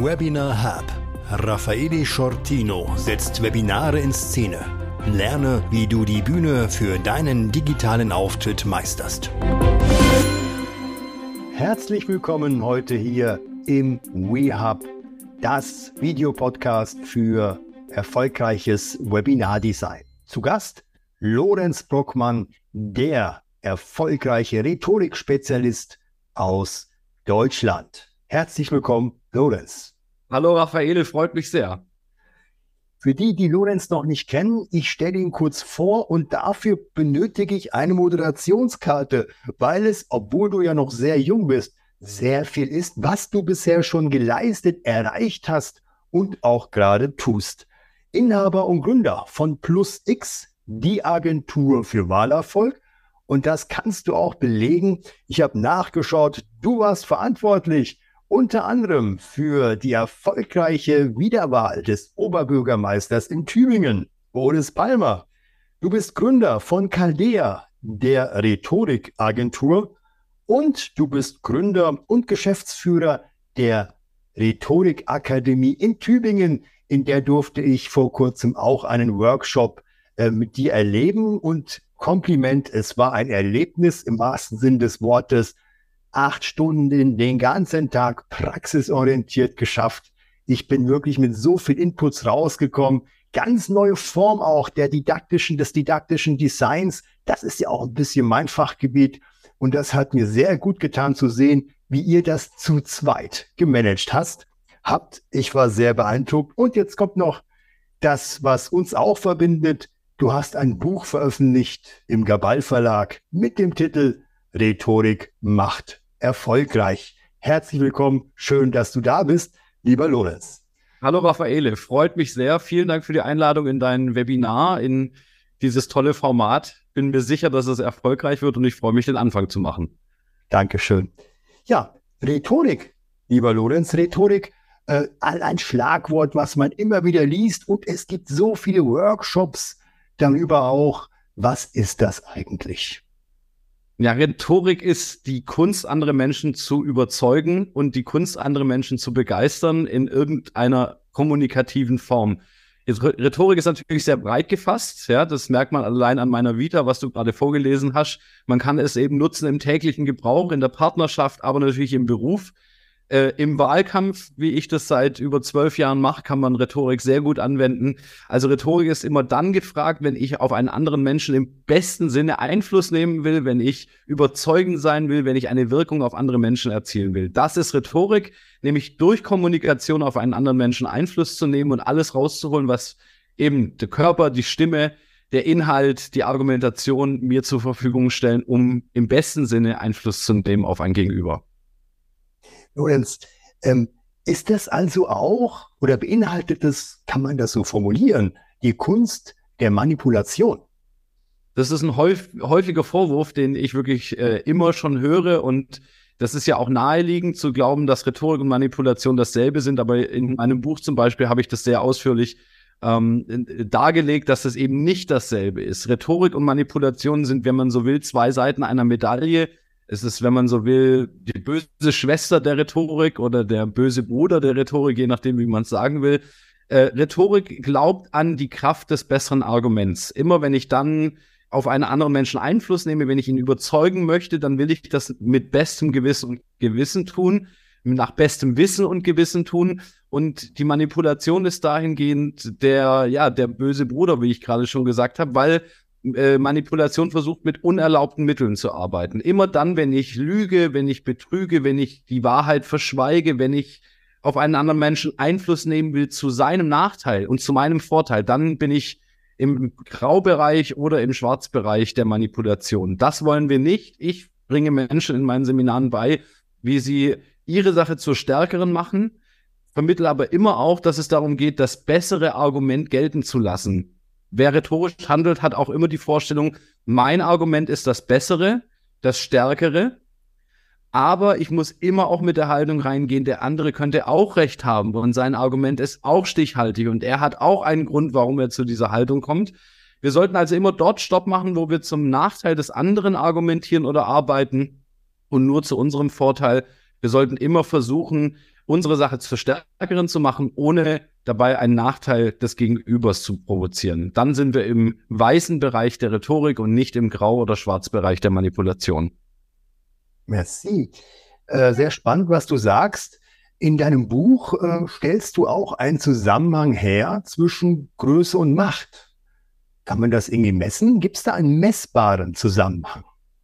Webinar Hub. Raffaele Shortino setzt Webinare in Szene. Lerne, wie du die Bühne für deinen digitalen Auftritt meisterst. Herzlich willkommen heute hier im WeHub, das Videopodcast für erfolgreiches Webinardesign. Zu Gast Lorenz Brockmann, der erfolgreiche Rhetorikspezialist aus Deutschland. Herzlich willkommen, Lorenz. Hallo Raffaele, freut mich sehr. Für die, die Lorenz noch nicht kennen, ich stelle ihn kurz vor und dafür benötige ich eine Moderationskarte, weil es, obwohl du ja noch sehr jung bist, sehr viel ist, was du bisher schon geleistet, erreicht hast und auch gerade tust. Inhaber und Gründer von PlusX, die Agentur für Wahlerfolg. Und das kannst du auch belegen. Ich habe nachgeschaut, du warst verantwortlich unter anderem für die erfolgreiche Wiederwahl des Oberbürgermeisters in Tübingen, Boris Palmer. Du bist Gründer von Caldea, der Rhetorikagentur, und du bist Gründer und Geschäftsführer der Rhetorikakademie in Tübingen, in der durfte ich vor kurzem auch einen Workshop mit dir erleben. Und Kompliment, es war ein Erlebnis im wahrsten Sinn des Wortes. 8 Stunden den ganzen Tag praxisorientiert geschafft. Ich bin wirklich mit so viel Inputs rausgekommen. Ganz neue Form auch des didaktischen Designs. Das ist ja auch ein bisschen mein Fachgebiet. Und das hat mir sehr gut getan zu sehen, wie ihr das zu zweit gemanagt habt. Ich war sehr beeindruckt. Und jetzt kommt noch das, was uns auch verbindet. Du hast ein Buch veröffentlicht im Gabal Verlag mit dem Titel Rhetorik macht erfolgreich. Herzlich willkommen, schön, dass du da bist, lieber Lorenz. Hallo Raffaele, freut mich sehr. Vielen Dank für die Einladung in dein Webinar, in dieses tolle Format. Bin mir sicher, dass es erfolgreich wird und ich freue mich, den Anfang zu machen. Dankeschön. Ja, Rhetorik, lieber Lorenz, Rhetorik, ein Schlagwort, was man immer wieder liest, und es gibt so viele Workshops darüber auch. Was ist das eigentlich? Ja, Rhetorik ist die Kunst, andere Menschen zu überzeugen und die Kunst, andere Menschen zu begeistern in irgendeiner kommunikativen Form. Jetzt, Rhetorik ist natürlich sehr breit gefasst, ja, das merkt man allein an meiner Vita, was du gerade vorgelesen hast. Man kann es eben nutzen im täglichen Gebrauch, in der Partnerschaft, aber natürlich im Beruf. Im Wahlkampf, wie ich das seit über 12 Jahren mache, kann man Rhetorik sehr gut anwenden. Also Rhetorik ist immer dann gefragt, wenn ich auf einen anderen Menschen im besten Sinne Einfluss nehmen will, wenn ich überzeugend sein will, wenn ich eine Wirkung auf andere Menschen erzielen will. Das ist Rhetorik, nämlich durch Kommunikation auf einen anderen Menschen Einfluss zu nehmen und alles rauszuholen, was eben der Körper, die Stimme, der Inhalt, die Argumentation mir zur Verfügung stellen, um im besten Sinne Einfluss zu nehmen auf ein Gegenüber. Lorenz, ist das also auch, oder beinhaltet das, kann man das so formulieren, die Kunst der Manipulation? Das ist ein häufiger Vorwurf, den ich wirklich immer schon höre, und das ist ja auch naheliegend zu glauben, dass Rhetorik und Manipulation dasselbe sind, aber in meinem Buch zum Beispiel habe ich das sehr ausführlich dargelegt, dass es eben nicht dasselbe ist. Rhetorik und Manipulation sind, wenn man so will, 2 Seiten einer Medaille. Es ist, wenn man so will, die böse Schwester der Rhetorik oder der böse Bruder der Rhetorik, je nachdem, wie man es sagen will. Rhetorik glaubt an die Kraft des besseren Arguments. Immer wenn ich dann auf einen anderen Menschen Einfluss nehme, wenn ich ihn überzeugen möchte, dann will ich das mit bestem Gewissen und Gewissen tun, nach bestem Wissen und Gewissen tun. Und die Manipulation ist dahingehend der böse Bruder, wie ich gerade schon gesagt habe, weil Manipulation versucht, mit unerlaubten Mitteln zu arbeiten. Immer dann, wenn ich lüge, wenn ich betrüge, wenn ich die Wahrheit verschweige, wenn ich auf einen anderen Menschen Einfluss nehmen will zu seinem Nachteil und zu meinem Vorteil, dann bin ich im Graubereich oder im Schwarzbereich der Manipulation. Das wollen wir nicht. Ich bringe Menschen in meinen Seminaren bei, wie sie ihre Sache zur stärkeren machen, vermittle aber immer auch, dass es darum geht, das bessere Argument gelten zu lassen. Wer rhetorisch handelt, hat auch immer die Vorstellung, mein Argument ist das Bessere, das Stärkere, aber ich muss immer auch mit der Haltung reingehen, der andere könnte auch recht haben und sein Argument ist auch stichhaltig und er hat auch einen Grund, warum er zu dieser Haltung kommt. Wir sollten also immer dort Stopp machen, wo wir zum Nachteil des anderen argumentieren oder arbeiten und nur zu unserem Vorteil. Wir sollten immer versuchen, unsere Sache zur stärkeren zu machen, ohne dabei einen Nachteil des Gegenübers zu provozieren. Dann sind wir im weißen Bereich der Rhetorik und nicht im Grau- oder Schwarzbereich der Manipulation. Merci. Sehr spannend, was du sagst. In deinem Buch stellst du auch einen Zusammenhang her zwischen Größe und Macht. Kann man das irgendwie messen? Gibt es da einen messbaren Zusammenhang?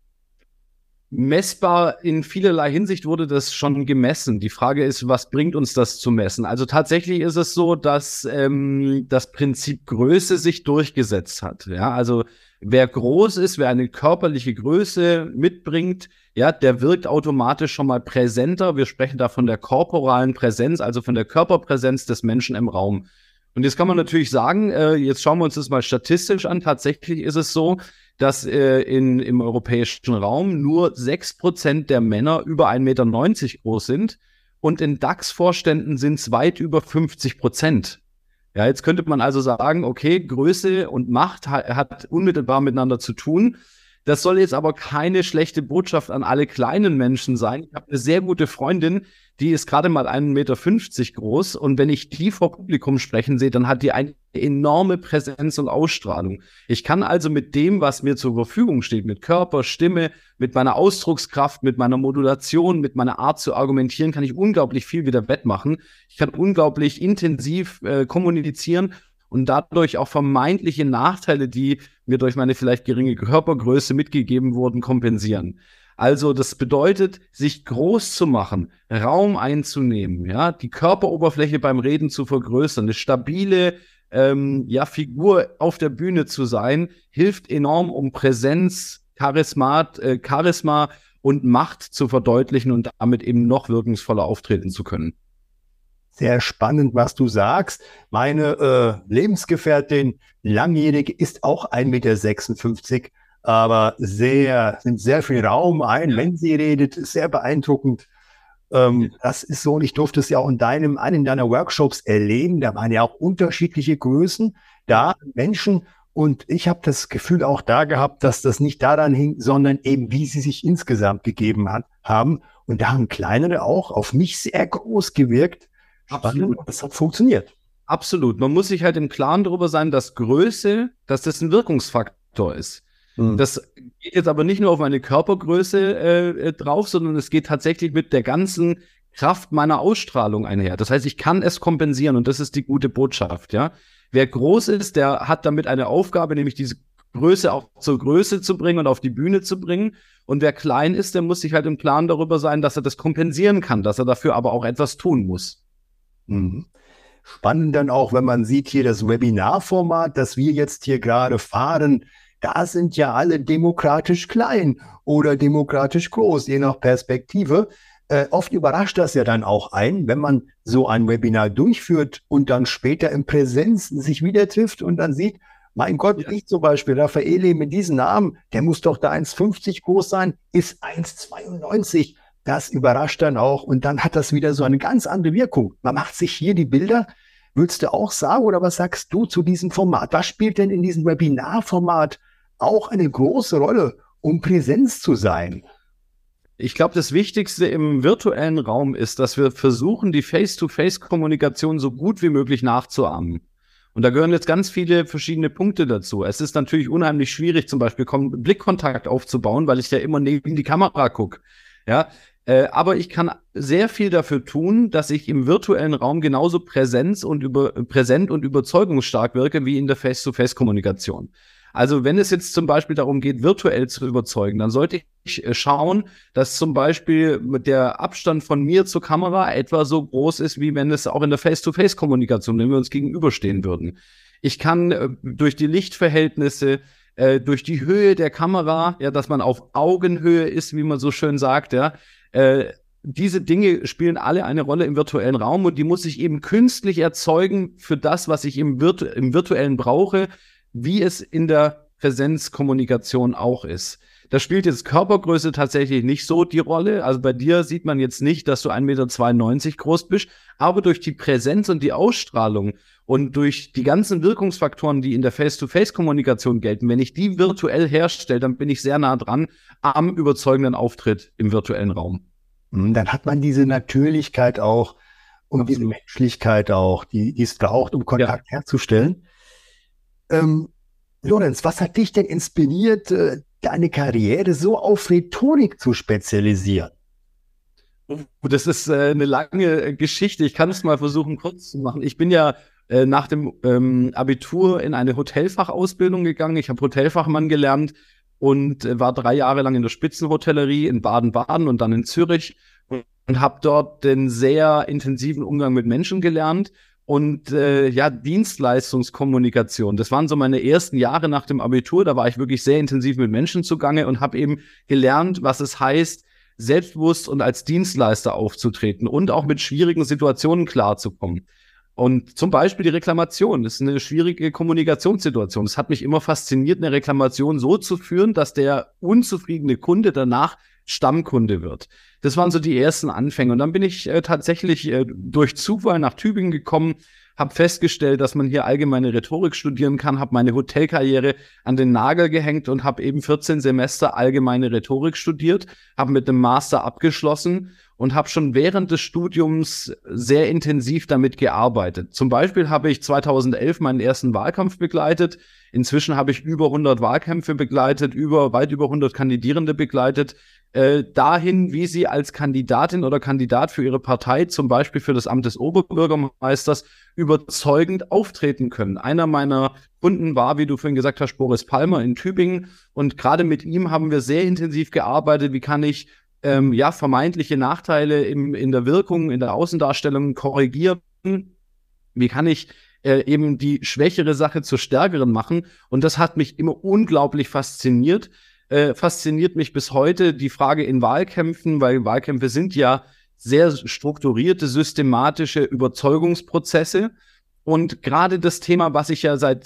Messbar in vielerlei Hinsicht wurde das schon gemessen. Die Frage ist, was bringt uns das zu messen? Also tatsächlich ist es so, dass das Prinzip Größe sich durchgesetzt hat. Ja, also wer groß ist, wer eine körperliche Größe mitbringt, ja, der wirkt automatisch schon mal präsenter. Wir sprechen da von der korporalen Präsenz, also von der Körperpräsenz des Menschen im Raum. Und jetzt kann man natürlich sagen, jetzt schauen wir uns das mal statistisch an. Tatsächlich ist es so, dass im europäischen Raum nur 6% der Männer über 1,90 Meter groß sind und in DAX-Vorständen sind es weit über 50%. Ja, jetzt könnte man also sagen, okay, Größe und Macht hat unmittelbar miteinander zu tun. Das soll jetzt aber keine schlechte Botschaft an alle kleinen Menschen sein. Ich habe eine sehr gute Freundin, die ist gerade mal 1,50 Meter groß. Und wenn ich die vor Publikum sprechen sehe, dann hat die eine enorme Präsenz und Ausstrahlung. Ich kann also mit dem, was mir zur Verfügung steht, mit Körper, Stimme, mit meiner Ausdruckskraft, mit meiner Modulation, mit meiner Art zu argumentieren, kann ich unglaublich viel wieder wettmachen. Ich kann unglaublich intensiv kommunizieren und dadurch auch vermeintliche Nachteile, die mir durch meine vielleicht geringe Körpergröße mitgegeben wurden, kompensieren. Also das bedeutet, sich groß zu machen, Raum einzunehmen, ja, die Körperoberfläche beim Reden zu vergrößern, eine stabile Figur auf der Bühne zu sein, hilft enorm, um Präsenz, Charisma und Macht zu verdeutlichen und damit eben noch wirkungsvoller auftreten zu können. Sehr spannend, was du sagst. Meine Lebensgefährtin, langjährige, ist auch 1,56 Meter, aber nimmt sehr viel Raum ein, wenn sie redet, ist sehr beeindruckend. Das ist so, und ich durfte es ja auch in einem deiner Workshops erleben. Da waren ja auch unterschiedliche Größen da, Menschen. Und ich habe das Gefühl auch da gehabt, dass das nicht daran hing, sondern eben, wie sie sich insgesamt gegeben haben. Und da haben kleinere auch auf mich sehr groß gewirkt. Absolut. Das hat funktioniert. Absolut. Man muss sich halt im Klaren darüber sein, dass Größe, dass das ein Wirkungsfaktor ist. Das geht jetzt aber nicht nur auf meine Körpergröße drauf, sondern es geht tatsächlich mit der ganzen Kraft meiner Ausstrahlung einher. Das heißt, ich kann es kompensieren und das ist die gute Botschaft, ja. Wer groß ist, der hat damit eine Aufgabe, nämlich diese Größe auch zur Größe zu bringen und auf die Bühne zu bringen. Und wer klein ist, der muss sich halt im Klaren darüber sein, dass er das kompensieren kann, dass er dafür aber auch etwas tun muss. Spannend dann auch, wenn man sieht hier das Webinarformat, das wir jetzt hier gerade fahren, da sind ja alle demokratisch klein oder demokratisch groß, je nach Perspektive. Oft überrascht das ja dann auch einen, wenn man so ein Webinar durchführt und dann später in Präsenz sich wieder trifft und dann sieht, mein Gott, ich zum Beispiel, Raffaele mit diesem Namen, der muss doch da 1,50 groß sein, ist 1,92. Das überrascht dann auch und dann hat das wieder so eine ganz andere Wirkung. Man macht sich hier die Bilder. Willst du auch sagen oder was sagst du zu diesem Format? Was spielt denn in diesem Webinarformat auch eine große Rolle, um Präsenz zu sein? Ich glaube, das Wichtigste im virtuellen Raum ist, dass wir versuchen, die Face-to-Face-Kommunikation so gut wie möglich nachzuahmen. Und da gehören jetzt ganz viele verschiedene Punkte dazu. Es ist natürlich unheimlich schwierig, zum Beispiel Blickkontakt aufzubauen, weil ich ja immer neben die Kamera gucke. Ja, aber ich kann sehr viel dafür tun, dass ich im virtuellen Raum genauso präsent und überzeugungsstark wirke wie in der Face-to-Face-Kommunikation. Also wenn es jetzt zum Beispiel darum geht, virtuell zu überzeugen, dann sollte ich schauen, dass zum Beispiel der Abstand von mir zur Kamera etwa so groß ist, wie wenn es auch in der Face-to-Face-Kommunikation, wenn wir uns gegenüberstehen würden. Ich kann durch die Lichtverhältnisse, durch die Höhe der Kamera, ja, dass man auf Augenhöhe ist, wie man so schön sagt, ja, diese Dinge spielen alle eine Rolle im virtuellen Raum und die muss ich eben künstlich erzeugen für das, was ich im virtuellen brauche, wie es in der Präsenzkommunikation auch ist. Da spielt jetzt Körpergröße tatsächlich nicht so die Rolle. Also bei dir sieht man jetzt nicht, dass du 1,92 Meter groß bist, aber durch die Präsenz und die Ausstrahlung und durch die ganzen Wirkungsfaktoren, die in der Face-to-Face-Kommunikation gelten, wenn ich die virtuell herstelle, dann bin ich sehr nah dran am überzeugenden Auftritt im virtuellen Raum. Dann hat man diese Natürlichkeit auch, um diese Menschlichkeit auch, die es braucht, um Kontakt herzustellen. Lorenz, was hat dich denn inspiriert, deine Karriere so auf Rhetorik zu spezialisieren? Das ist eine lange Geschichte. Ich kann es mal versuchen, kurz zu machen. Ich bin ja nach dem Abitur in eine Hotelfachausbildung gegangen. Ich habe Hotelfachmann gelernt und war 3 Jahre lang in der Spitzenhotellerie in Baden-Baden und dann in Zürich und habe dort den sehr intensiven Umgang mit Menschen gelernt und Dienstleistungskommunikation. Das waren so meine ersten Jahre nach dem Abitur. Da war ich wirklich sehr intensiv mit Menschen zugange und habe eben gelernt, was es heißt, selbstbewusst und als Dienstleister aufzutreten und auch mit schwierigen Situationen klarzukommen. Und zum Beispiel die Reklamation, das ist eine schwierige Kommunikationssituation. Es hat mich immer fasziniert, eine Reklamation so zu führen, dass der unzufriedene Kunde danach Stammkunde wird. Das waren so die ersten Anfänge. Und dann bin ich tatsächlich durch Zufall nach Tübingen gekommen, habe festgestellt, dass man hier allgemeine Rhetorik studieren kann, habe meine Hotelkarriere an den Nagel gehängt und habe eben 14 Semester allgemeine Rhetorik studiert, habe mit einem Master abgeschlossen und habe schon während des Studiums sehr intensiv damit gearbeitet. Zum Beispiel habe ich 2011 meinen ersten Wahlkampf begleitet. Inzwischen habe ich über 100 Wahlkämpfe begleitet, weit über 100 Kandidierende begleitet, dahin, wie sie als Kandidatin oder Kandidat für ihre Partei, zum Beispiel für das Amt des Oberbürgermeisters, überzeugend auftreten können. Einer meiner Kunden war, wie du vorhin gesagt hast, Boris Palmer in Tübingen. Und gerade mit ihm haben wir sehr intensiv gearbeitet. Wie kann ich vermeintliche Nachteile in der Wirkung, in der Außendarstellung korrigieren? Wie kann ich eben die schwächere Sache zur stärkeren machen? Und das hat mich immer unglaublich fasziniert. Fasziniert mich bis heute die Frage in Wahlkämpfen, weil Wahlkämpfe sind ja sehr strukturierte, systematische Überzeugungsprozesse. Und gerade das Thema, was ich ja seit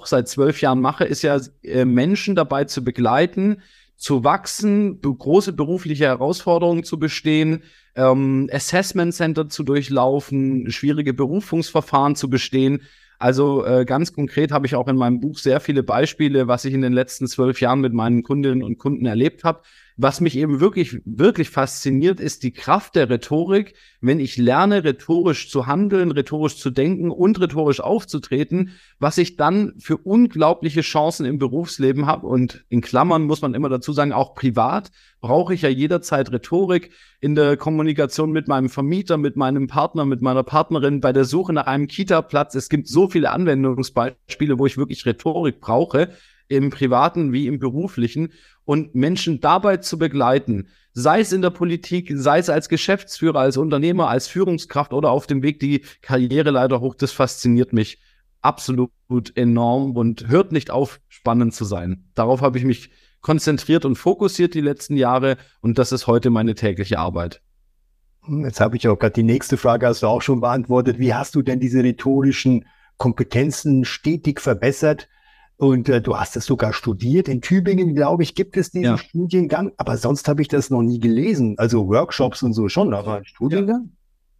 12 Jahren mache, ist ja Menschen dabei zu begleiten, zu wachsen, große berufliche Herausforderungen zu bestehen, Assessment Center zu durchlaufen, schwierige Berufungsverfahren zu bestehen. Also ganz konkret habe ich auch in meinem Buch sehr viele Beispiele, was ich in den letzten 12 Jahren mit meinen Kundinnen und Kunden erlebt habe. Was mich eben wirklich, wirklich fasziniert, ist die Kraft der Rhetorik. Wenn ich lerne, rhetorisch zu handeln, rhetorisch zu denken und rhetorisch aufzutreten, was ich dann für unglaubliche Chancen im Berufsleben habe. Und in Klammern muss man immer dazu sagen, auch privat brauche ich ja jederzeit Rhetorik in der Kommunikation mit meinem Vermieter, mit meinem Partner, mit meiner Partnerin, bei der Suche nach einem Kita-Platz. Es gibt so viele Anwendungsbeispiele, wo ich wirklich Rhetorik brauche, im Privaten wie im Beruflichen. Und Menschen dabei zu begleiten, sei es in der Politik, sei es als Geschäftsführer, als Unternehmer, als Führungskraft oder auf dem Weg die Karriereleiter hoch, das fasziniert mich absolut enorm und hört nicht auf, spannend zu sein. Darauf habe ich mich konzentriert und fokussiert die letzten Jahre und das ist heute meine tägliche Arbeit. Jetzt habe ich auch gerade die nächste Frage, hast du auch schon beantwortet. Wie hast du denn diese rhetorischen Kompetenzen stetig verbessert? Und du hast es sogar studiert. In Tübingen, glaube ich, gibt es diesen Studiengang, aber sonst habe ich das noch nie gelesen. Also Workshops und so schon, aber ein Studiengang?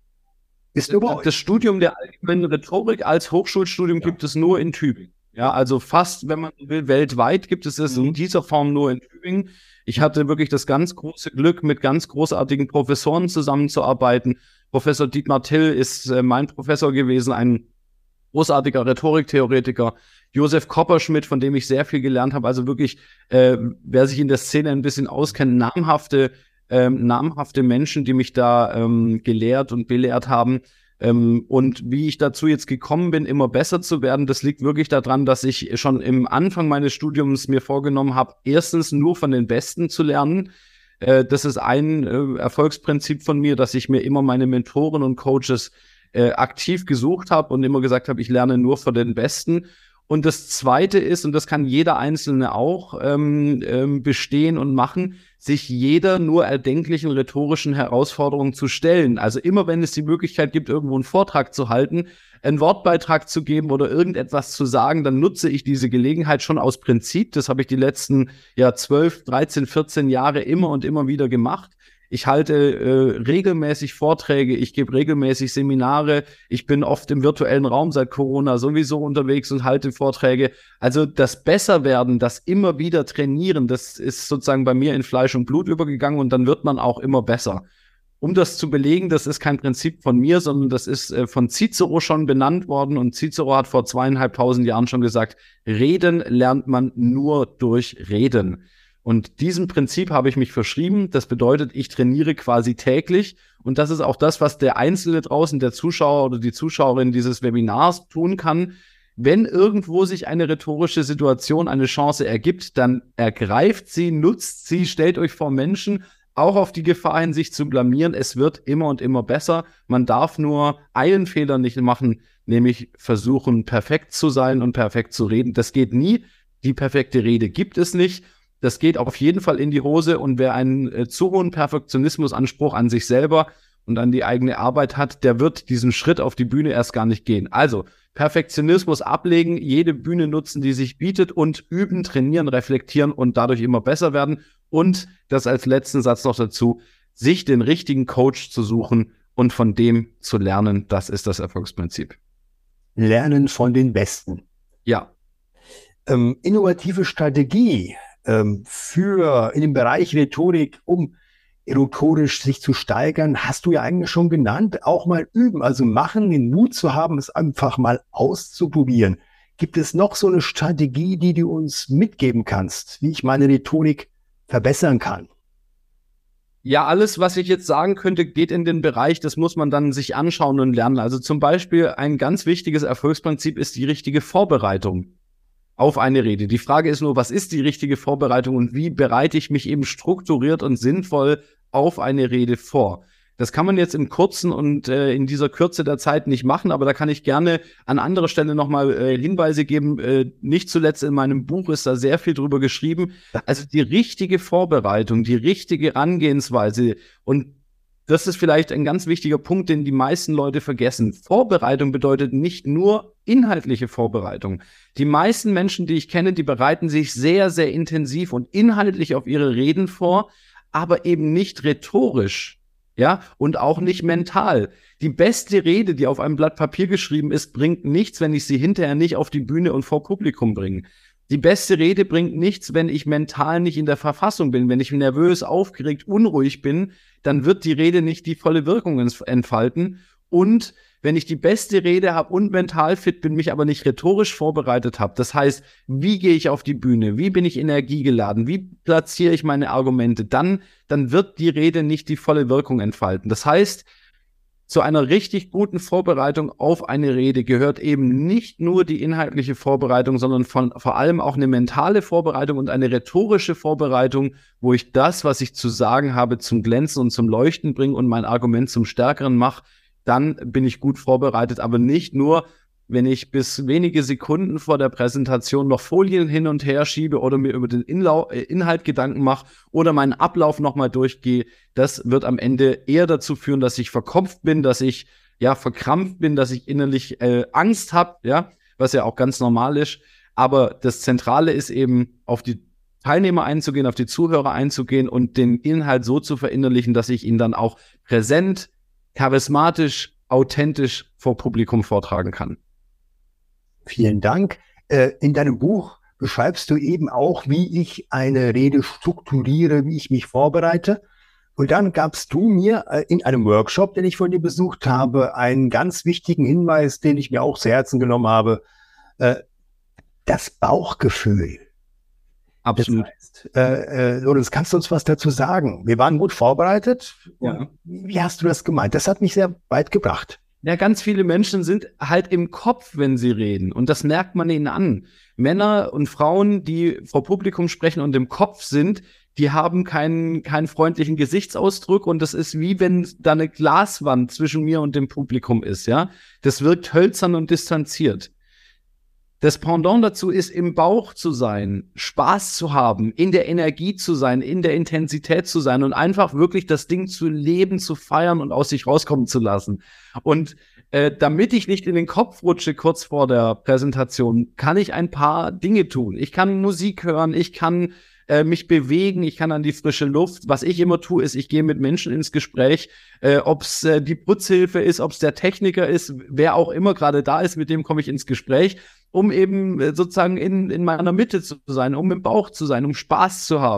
Ist überhaupt das Studium der allgemeinen Rhetorik als Hochschulstudium gibt es nur in Tübingen. Ja, also fast, wenn man will, weltweit gibt es in dieser Form nur in Tübingen. Ich hatte wirklich das ganz große Glück, mit ganz großartigen Professoren zusammenzuarbeiten. Professor Dietmar Till ist mein Professor gewesen, ein großartiger Rhetoriktheoretiker. Josef Kopperschmidt, von dem ich sehr viel gelernt habe, also wirklich, wer sich in der Szene ein bisschen auskennt, namhafte Menschen, die mich da gelehrt und belehrt haben. Und wie ich dazu jetzt gekommen bin, immer besser zu werden, das liegt wirklich daran, dass ich schon im Anfang meines Studiums mir vorgenommen habe, erstens nur von den Besten zu lernen. Das ist ein Erfolgsprinzip von mir, dass ich mir immer meine Mentoren und Coaches aktiv gesucht habe und immer gesagt habe, ich lerne nur von den Besten. Und das Zweite ist, und das kann jeder Einzelne auch bestehen und machen, sich jeder nur erdenklichen rhetorischen Herausforderung zu stellen. Also immer, wenn es die Möglichkeit gibt, irgendwo einen Vortrag zu halten, einen Wortbeitrag zu geben oder irgendetwas zu sagen, dann nutze ich diese Gelegenheit schon aus Prinzip. Das habe ich die letzten 12, 13, 14 Jahre immer und immer wieder gemacht. Ich halte regelmäßig Vorträge, ich gebe regelmäßig Seminare, ich bin oft im virtuellen Raum seit Corona sowieso unterwegs und halte Vorträge. Also das Besserwerden, das immer wieder Trainieren, das ist sozusagen bei mir in Fleisch und Blut übergegangen und dann wird man auch immer besser. Um das zu belegen, das ist kein Prinzip von mir, sondern das ist von Cicero schon benannt worden. Und Cicero hat vor 2500 Jahren schon gesagt, Reden lernt man nur durch Reden. Und diesem Prinzip habe ich mich verschrieben. Das bedeutet, ich trainiere quasi täglich. Und das ist auch das, was der Einzelne draußen, der Zuschauer oder die Zuschauerin dieses Webinars tun kann. Wenn irgendwo sich eine rhetorische Situation, eine Chance ergibt, dann ergreift sie, nutzt sie, stellt euch vor Menschen, auch auf die Gefahr hin, sich zu blamieren. Es wird immer und immer besser. Man darf nur einen Fehler nicht machen, nämlich versuchen, perfekt zu sein und perfekt zu reden. Das geht nie. Die perfekte Rede gibt es nicht. Das geht auf jeden Fall in die Hose. Und wer einen zu hohen Perfektionismusanspruch an sich selber und an die eigene Arbeit hat, der wird diesen Schritt auf die Bühne erst gar nicht gehen. Also Perfektionismus ablegen, jede Bühne nutzen, die sich bietet und üben, trainieren, reflektieren und dadurch immer besser werden. Und das als letzten Satz noch dazu, sich den richtigen Coach zu suchen und von dem zu lernen, das ist das Erfolgsprinzip. Lernen von den Besten. Ja. Innovative Strategie für in dem Bereich Rhetorik, um rhetorisch sich zu steigern, hast du ja eigentlich schon genannt, auch mal üben, also machen, den Mut zu haben, es einfach mal auszuprobieren. Gibt es noch so eine Strategie, die du uns mitgeben kannst, wie ich meine Rhetorik verbessern kann? Ja, alles, was ich jetzt sagen könnte, geht in den Bereich, das muss man dann sich anschauen und lernen. Also zum Beispiel ein ganz wichtiges Erfolgsprinzip ist die richtige Vorbereitung auf eine Rede. Die Frage ist nur, was ist die richtige Vorbereitung und wie bereite ich mich eben strukturiert und sinnvoll auf eine Rede vor? Das kann man jetzt im Kurzen und in dieser Kürze der Zeit nicht machen, aber da kann ich gerne an anderer Stelle nochmal Hinweise geben. Nicht zuletzt in meinem Buch ist da sehr viel drüber geschrieben. Also die richtige Vorbereitung, die richtige Herangehensweise, und das ist vielleicht ein ganz wichtiger Punkt, den die meisten Leute vergessen. Vorbereitung bedeutet nicht nur inhaltliche Vorbereitung. Die meisten Menschen, die ich kenne, die bereiten sich sehr, sehr intensiv und inhaltlich auf ihre Reden vor, aber eben nicht rhetorisch. Ja, und auch nicht mental. Die beste Rede, die auf einem Blatt Papier geschrieben ist, bringt nichts, wenn ich sie hinterher nicht auf die Bühne und vor Publikum bringe. Die beste Rede bringt nichts, wenn ich mental nicht in der Verfassung bin. Wenn ich nervös, aufgeregt, unruhig bin, dann wird die Rede nicht die volle Wirkung entfalten. Und wenn ich die beste Rede habe und mental fit bin, mich aber nicht rhetorisch vorbereitet habe, das heißt, wie gehe ich auf die Bühne, wie bin ich energiegeladen, wie platziere ich meine Argumente, dann wird die Rede nicht die volle Wirkung entfalten. Das heißt, zu einer richtig guten Vorbereitung auf eine Rede gehört eben nicht nur die inhaltliche Vorbereitung, sondern vor allem auch eine mentale Vorbereitung und eine rhetorische Vorbereitung, wo ich das, was ich zu sagen habe, zum Glänzen und zum Leuchten bringe und mein Argument zum Stärkeren mache. Dann bin ich gut vorbereitet, aber nicht nur, wenn ich bis wenige Sekunden vor der Präsentation noch Folien hin und her schiebe oder mir über den Inhalt Gedanken mache oder meinen Ablauf nochmal durchgehe. Das wird am Ende eher dazu führen, dass ich verkopft bin, dass ich verkrampft bin, dass ich innerlich Angst habe, ja, was ja auch ganz normal ist. Aber das Zentrale ist eben, auf die Teilnehmer einzugehen, auf die Zuhörer einzugehen und den Inhalt so zu verinnerlichen, dass ich ihn dann auch präsent, charismatisch, authentisch vor Publikum vortragen kann. Vielen Dank. In deinem Buch beschreibst du eben auch, wie ich eine Rede strukturiere, wie ich mich vorbereite. Und dann gabst du mir in einem Workshop, den ich von dir besucht habe, einen ganz wichtigen Hinweis, den ich mir auch zu Herzen genommen habe. Das Bauchgefühl. Absolut. Das heißt, Lorenz, kannst du uns was dazu sagen? Wir waren gut vorbereitet. Ja. Wie hast du das gemeint? Das hat mich sehr weit gebracht. Ja, ganz viele Menschen sind halt im Kopf, wenn sie reden. Und das merkt man ihnen an. Männer und Frauen, die vor Publikum sprechen und im Kopf sind, die haben keinen freundlichen Gesichtsausdruck. Und das ist wie wenn da eine Glaswand zwischen mir und dem Publikum ist, ja. Das wirkt hölzern und distanziert. Das Pendant dazu ist, im Bauch zu sein, Spaß zu haben, in der Energie zu sein, in der Intensität zu sein und einfach wirklich das Ding zu leben, zu feiern und aus sich rauskommen zu lassen. Und damit ich nicht in den Kopf rutsche kurz vor der Präsentation, kann ich ein paar Dinge tun. Ich kann Musik hören, ich kann mich bewegen, ich kann an die frische Luft. Was ich immer tue, ist, ich gehe mit Menschen ins Gespräch, ob es die Putzhilfe ist, ob es der Techniker ist, wer auch immer gerade da ist, mit dem komme ich ins Gespräch, um eben sozusagen in meiner Mitte zu sein, um im Bauch zu sein, um Spaß zu haben.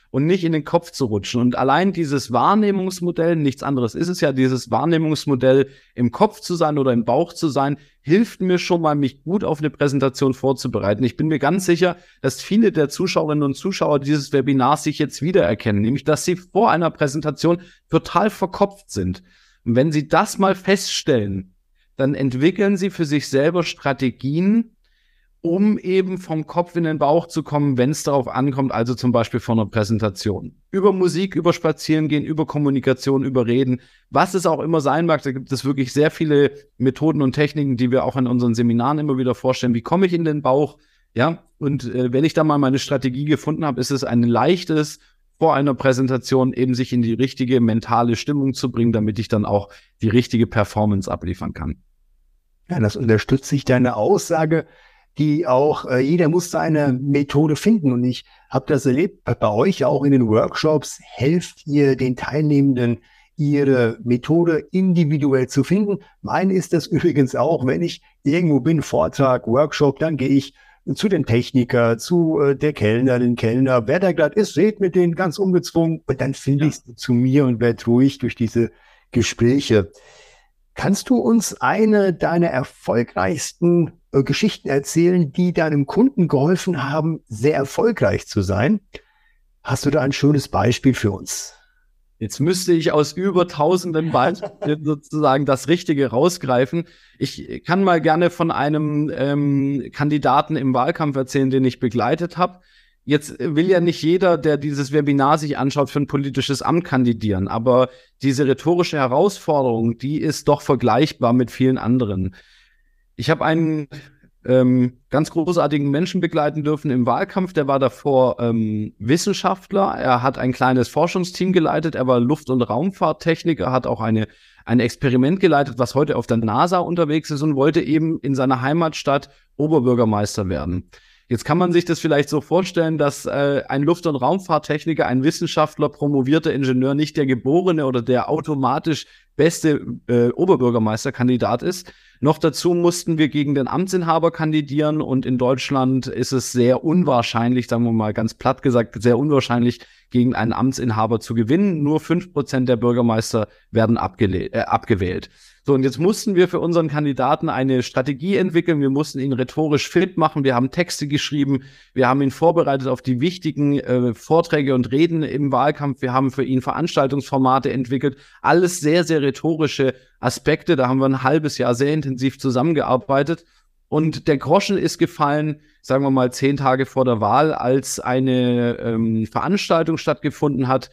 und nicht in den Kopf zu rutschen. Und allein dieses Wahrnehmungsmodell, nichts anderes ist es ja, dieses Wahrnehmungsmodell im Kopf zu sein oder im Bauch zu sein, hilft mir schon mal, mich gut auf eine Präsentation vorzubereiten. Ich bin mir ganz sicher, dass viele der Zuschauerinnen und Zuschauer dieses Webinars sich jetzt wiedererkennen, nämlich, dass sie vor einer Präsentation total verkopft sind. Und wenn sie das mal feststellen, dann entwickeln sie für sich selber Strategien, um eben vom Kopf in den Bauch zu kommen, wenn es darauf ankommt, also zum Beispiel vor einer Präsentation. Über Musik, über Spazierengehen, über Kommunikation, über Reden, was es auch immer sein mag, da gibt es wirklich sehr viele Methoden und Techniken, die wir auch in unseren Seminaren immer wieder vorstellen. Wie komme ich in den Bauch? Ja, und wenn ich da mal meine Strategie gefunden habe, ist es ein leichtes, vor einer Präsentation eben sich in die richtige mentale Stimmung zu bringen, damit ich dann auch die richtige Performance abliefern kann. Ja, das unterstützt sich deine Aussage, die auch, jeder muss seine Methode finden. Und ich habe das erlebt, bei euch auch in den Workshops, helft ihr den Teilnehmenden, ihre Methode individuell zu finden. Meine ist das übrigens auch, wenn ich irgendwo bin, Vortrag, Workshop, dann gehe ich zu dem Techniker, zu der Kellnerin, Kellner, wer da gerade ist, redet mit denen ganz ungezwungen und dann finde ich es zu mir und werde ruhig durch diese Gespräche. Kannst du uns eine deiner erfolgreichsten Geschichten erzählen, die deinem Kunden geholfen haben, sehr erfolgreich zu sein? Hast du da ein schönes Beispiel für uns? Jetzt müsste ich aus über tausenden Beispielen sozusagen das Richtige rausgreifen. Ich kann mal gerne von einem Kandidaten im Wahlkampf erzählen, den ich begleitet habe. Jetzt will ja nicht jeder, der dieses Webinar sich anschaut, für ein politisches Amt kandidieren. Aber diese rhetorische Herausforderung, die ist doch vergleichbar mit vielen anderen. Ich habe einen ganz großartigen Menschen begleiten dürfen im Wahlkampf. Der war davor Wissenschaftler. Er hat ein kleines Forschungsteam geleitet. Er war Luft- und Raumfahrttechniker, hat auch ein Experiment geleitet, was heute auf der NASA unterwegs ist und wollte eben in seiner Heimatstadt Oberbürgermeister werden. Jetzt kann man sich das vielleicht so vorstellen, dass ein Luft- und Raumfahrttechniker, ein Wissenschaftler, promovierter Ingenieur nicht der geborene oder der automatisch beste Oberbürgermeisterkandidat ist. Noch dazu mussten wir gegen den Amtsinhaber kandidieren und in Deutschland ist es sehr unwahrscheinlich, sagen wir mal ganz platt gesagt, sehr unwahrscheinlich, gegen einen Amtsinhaber zu gewinnen. Nur 5% der Bürgermeister werden abgewählt. So, und jetzt mussten wir für unseren Kandidaten eine Strategie entwickeln. Wir mussten ihn rhetorisch fit machen. Wir haben Texte geschrieben. Wir haben ihn vorbereitet auf die wichtigen Vorträge und Reden im Wahlkampf. Wir haben für ihn Veranstaltungsformate entwickelt. Alles sehr, sehr rhetorische Aspekte. Da haben wir ein halbes Jahr sehr intensiv zusammengearbeitet. Und der Groschen ist gefallen, sagen wir mal 10 Tage vor der Wahl, als eine Veranstaltung stattgefunden hat.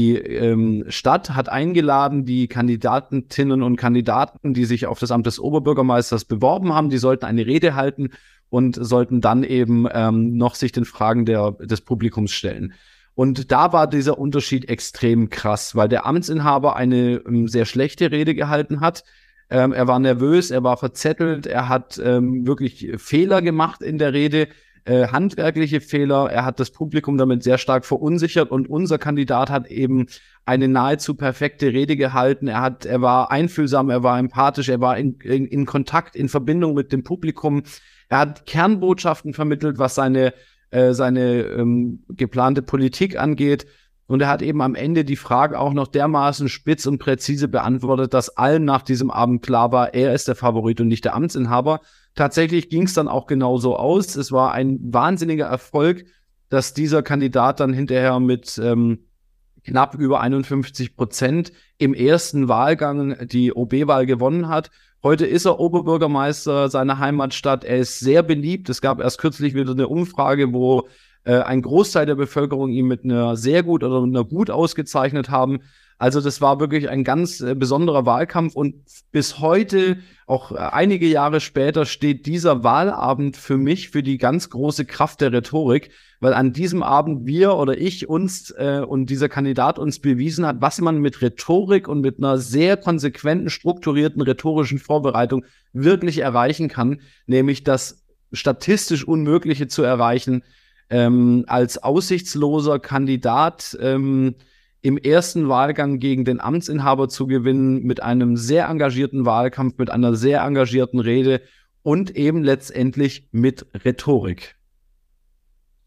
Die Stadt hat eingeladen, die Kandidatinnen und Kandidaten, die sich auf das Amt des Oberbürgermeisters beworben haben, die sollten eine Rede halten und sollten dann eben noch sich den Fragen des Publikums stellen. Und da war dieser Unterschied extrem krass, weil der Amtsinhaber eine sehr schlechte Rede gehalten hat. Er war nervös, er war verzettelt, er hat wirklich Fehler gemacht in der Rede, handwerkliche Fehler. Er hat das Publikum damit sehr stark verunsichert und unser Kandidat hat eben eine nahezu perfekte Rede gehalten. Er war einfühlsam, er war empathisch, er war in Kontakt, in Verbindung mit dem Publikum. Er hat Kernbotschaften vermittelt, was seine geplante Politik angeht. Und er hat eben am Ende die Frage auch noch dermaßen spitz und präzise beantwortet, dass allen nach diesem Abend klar war, er ist der Favorit und nicht der Amtsinhaber. Tatsächlich ging es dann auch genauso aus. Es war ein wahnsinniger Erfolg, dass dieser Kandidat dann hinterher mit knapp über 51% im ersten Wahlgang die OB-Wahl gewonnen hat. Heute ist er Oberbürgermeister seiner Heimatstadt. Er ist sehr beliebt. Es gab erst kürzlich wieder eine Umfrage, wo ein Großteil der Bevölkerung ihn mit einer sehr gut oder einer gut ausgezeichnet haben. Also das war wirklich ein ganz besonderer Wahlkampf und bis heute, auch einige Jahre später, steht dieser Wahlabend für mich für die ganz große Kraft der Rhetorik, weil an diesem Abend wir oder ich uns und dieser Kandidat uns bewiesen hat, was man mit Rhetorik und mit einer sehr konsequenten, strukturierten rhetorischen Vorbereitung wirklich erreichen kann, nämlich das statistisch Unmögliche zu erreichen, als aussichtsloser Kandidat im ersten Wahlgang gegen den Amtsinhaber zu gewinnen, mit einem sehr engagierten Wahlkampf, mit einer sehr engagierten Rede und eben letztendlich mit Rhetorik.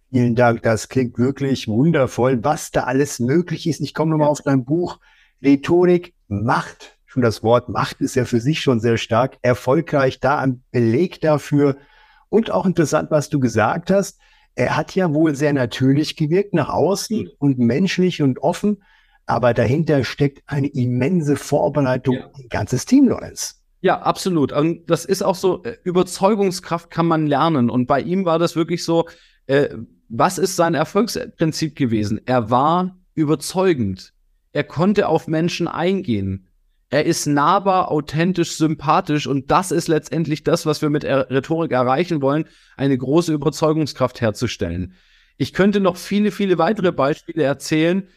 Vielen Dank, das klingt wirklich wundervoll, was da alles möglich ist. Ich komme nochmal auf dein Buch Rhetorik, Macht. Schon das Wort Macht ist ja für sich schon sehr stark. Erfolgreich, da ein Beleg dafür. Und auch interessant, was du gesagt hast. Er hat ja wohl sehr natürlich gewirkt nach außen und menschlich und offen. Aber dahinter steckt eine immense Vorbereitung, ein ganzes Team, Lorenz. Ja, absolut. Und das ist auch so, Überzeugungskraft kann man lernen. Und bei ihm war das wirklich so, was ist sein Erfolgsprinzip gewesen? Er war überzeugend. Er konnte auf Menschen eingehen. Er ist nahbar, authentisch, sympathisch. Und das ist letztendlich das, was wir mit Rhetorik erreichen wollen, eine große Überzeugungskraft herzustellen. Ich könnte noch viele, viele weitere Beispiele erzählen,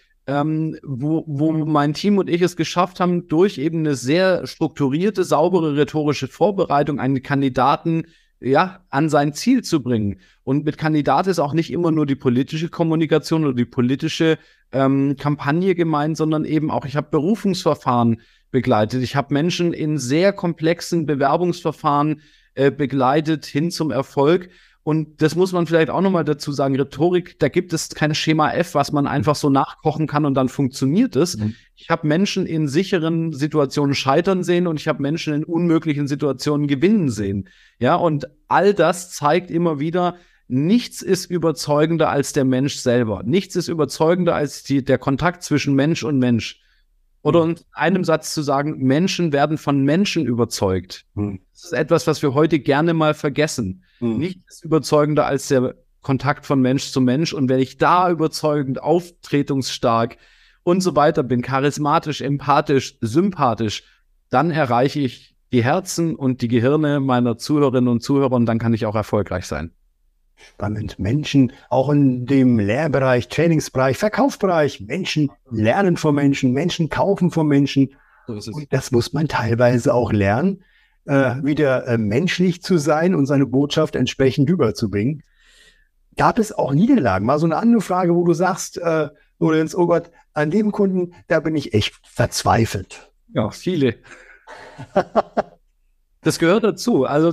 wo mein Team und ich es geschafft haben, durch eben eine sehr strukturierte, saubere rhetorische Vorbereitung einen Kandidaten an sein Ziel zu bringen. Und mit Kandidat ist auch nicht immer nur die politische Kommunikation oder die politische Kampagne gemeint, sondern eben auch, ich habe Berufungsverfahren begleitet. Ich habe Menschen in sehr komplexen Bewerbungsverfahren begleitet hin zum Erfolg. Und das muss man vielleicht auch nochmal dazu sagen, Rhetorik, da gibt es kein Schema F, was man einfach so nachkochen kann und dann funktioniert es. Ich habe Menschen in sicheren Situationen scheitern sehen und ich habe Menschen in unmöglichen Situationen gewinnen sehen. Ja, und all das zeigt immer wieder, nichts ist überzeugender als der Mensch selber. Nichts ist überzeugender als der Kontakt zwischen Mensch und Mensch. Oder in einem Satz zu sagen, Menschen werden von Menschen überzeugt. Das ist etwas, was wir heute gerne mal vergessen. Nichts ist überzeugender als der Kontakt von Mensch zu Mensch. Und wenn ich da überzeugend, auftretungsstark und so weiter bin, charismatisch, empathisch, sympathisch, dann erreiche ich die Herzen und die Gehirne meiner Zuhörerinnen und Zuhörer und dann kann ich auch erfolgreich sein. Spannend. Menschen, auch in dem Lehrbereich, Trainingsbereich, Verkaufsbereich, Menschen lernen von Menschen, Menschen kaufen von Menschen. So ist es. Und das muss man teilweise auch lernen, wieder menschlich zu sein und seine Botschaft entsprechend rüberzubringen. Gab es auch Niederlagen? Mal so eine andere Frage, wo du sagst, Lorenz, oh Gott, an dem Kunden, da bin ich echt verzweifelt. Ja, viele. Das gehört dazu. Also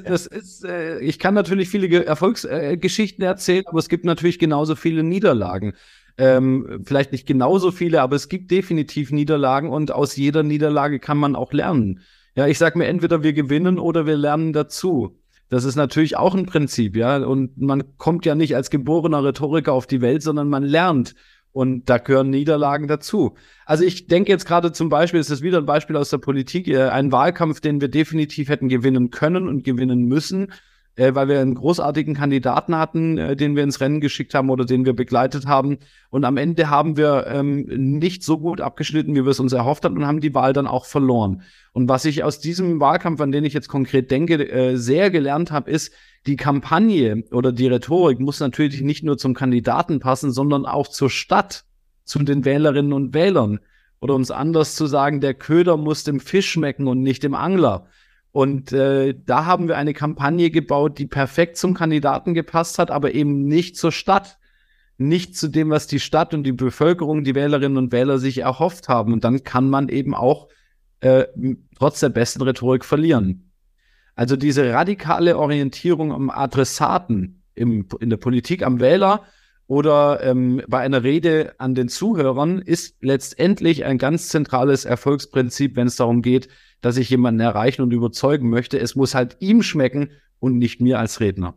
ich kann natürlich viele Erfolgsgeschichten erzählen, aber es gibt natürlich genauso viele Niederlagen. Vielleicht nicht genauso viele, aber es gibt definitiv Niederlagen und aus jeder Niederlage kann man auch lernen. Ja, ich sage mir, entweder wir gewinnen oder wir lernen dazu. Das ist natürlich auch ein Prinzip, ja. Und man kommt ja nicht als geborener Rhetoriker auf die Welt, sondern man lernt. Und da gehören Niederlagen dazu. Also ich denke jetzt gerade zum Beispiel, es ist wieder ein Beispiel aus der Politik, ein Wahlkampf, den wir definitiv hätten gewinnen können und gewinnen müssen, weil wir einen großartigen Kandidaten hatten, den wir ins Rennen geschickt haben oder den wir begleitet haben. Und am Ende haben wir nicht so gut abgeschnitten, wie wir es uns erhofft hatten und haben die Wahl dann auch verloren. Und was ich aus diesem Wahlkampf, an den ich jetzt konkret denke, sehr gelernt habe, ist, die Kampagne oder die Rhetorik muss natürlich nicht nur zum Kandidaten passen, sondern auch zur Stadt, zu den Wählerinnen und Wählern. Oder um es anders zu sagen, der Köder muss dem Fisch schmecken und nicht dem Angler. Und da haben wir eine Kampagne gebaut, die perfekt zum Kandidaten gepasst hat, aber eben nicht zur Stadt. Nicht zu dem, was die Stadt und die Bevölkerung, die Wählerinnen und Wähler sich erhofft haben. Und dann kann man eben auch trotz der besten Rhetorik verlieren. Also diese radikale Orientierung am Adressaten in der Politik am Wähler oder bei einer Rede an den Zuhörern ist letztendlich ein ganz zentrales Erfolgsprinzip, wenn es darum geht, dass ich jemanden erreichen und überzeugen möchte. Es muss halt ihm schmecken und nicht mir als Redner.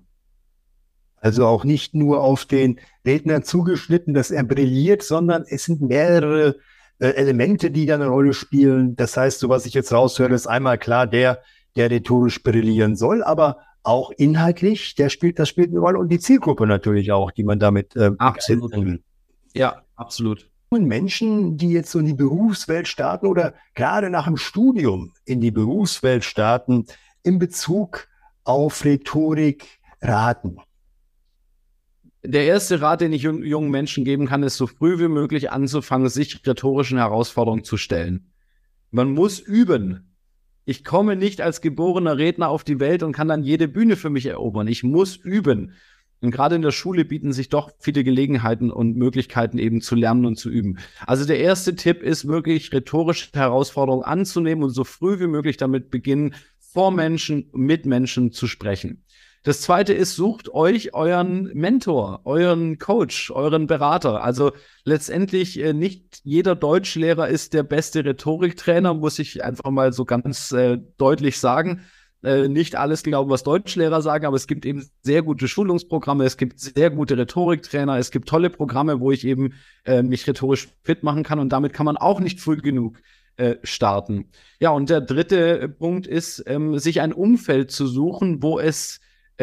Also auch nicht nur auf den Redner zugeschnitten, dass er brilliert, sondern es sind mehrere Elemente, die da eine Rolle spielen. Das heißt, so was ich jetzt raushöre, ist einmal klar, der rhetorisch brillieren soll, aber auch inhaltlich, das spielt eine Rolle und die Zielgruppe natürlich auch, die man damit absolut. Ja, absolut. Menschen, die jetzt so in die Berufswelt starten oder gerade nach dem Studium in die Berufswelt starten, in Bezug auf Rhetorik raten? Der erste Rat, den ich jungen Menschen geben kann, ist so früh wie möglich anzufangen, sich rhetorischen Herausforderungen zu stellen. Man muss üben. Ich komme nicht als geborener Redner auf die Welt und kann dann jede Bühne für mich erobern. Ich muss üben. Und gerade in der Schule bieten sich doch viele Gelegenheiten und Möglichkeiten eben zu lernen und zu üben. Also der erste Tipp ist wirklich, rhetorische Herausforderungen anzunehmen und so früh wie möglich damit beginnen, vor Menschen, mit Menschen zu sprechen. Das Zweite ist, sucht euch euren Mentor, euren Coach, euren Berater. Also letztendlich nicht jeder Deutschlehrer ist der beste Rhetoriktrainer, muss ich einfach mal so ganz deutlich sagen. Nicht alles glauben, was Deutschlehrer sagen, aber es gibt eben sehr gute Schulungsprogramme, es gibt sehr gute Rhetoriktrainer, es gibt tolle Programme, wo ich eben mich rhetorisch fit machen kann, und damit kann man auch nicht früh genug starten. Ja, und der dritte Punkt ist, sich ein Umfeld zu suchen, wo es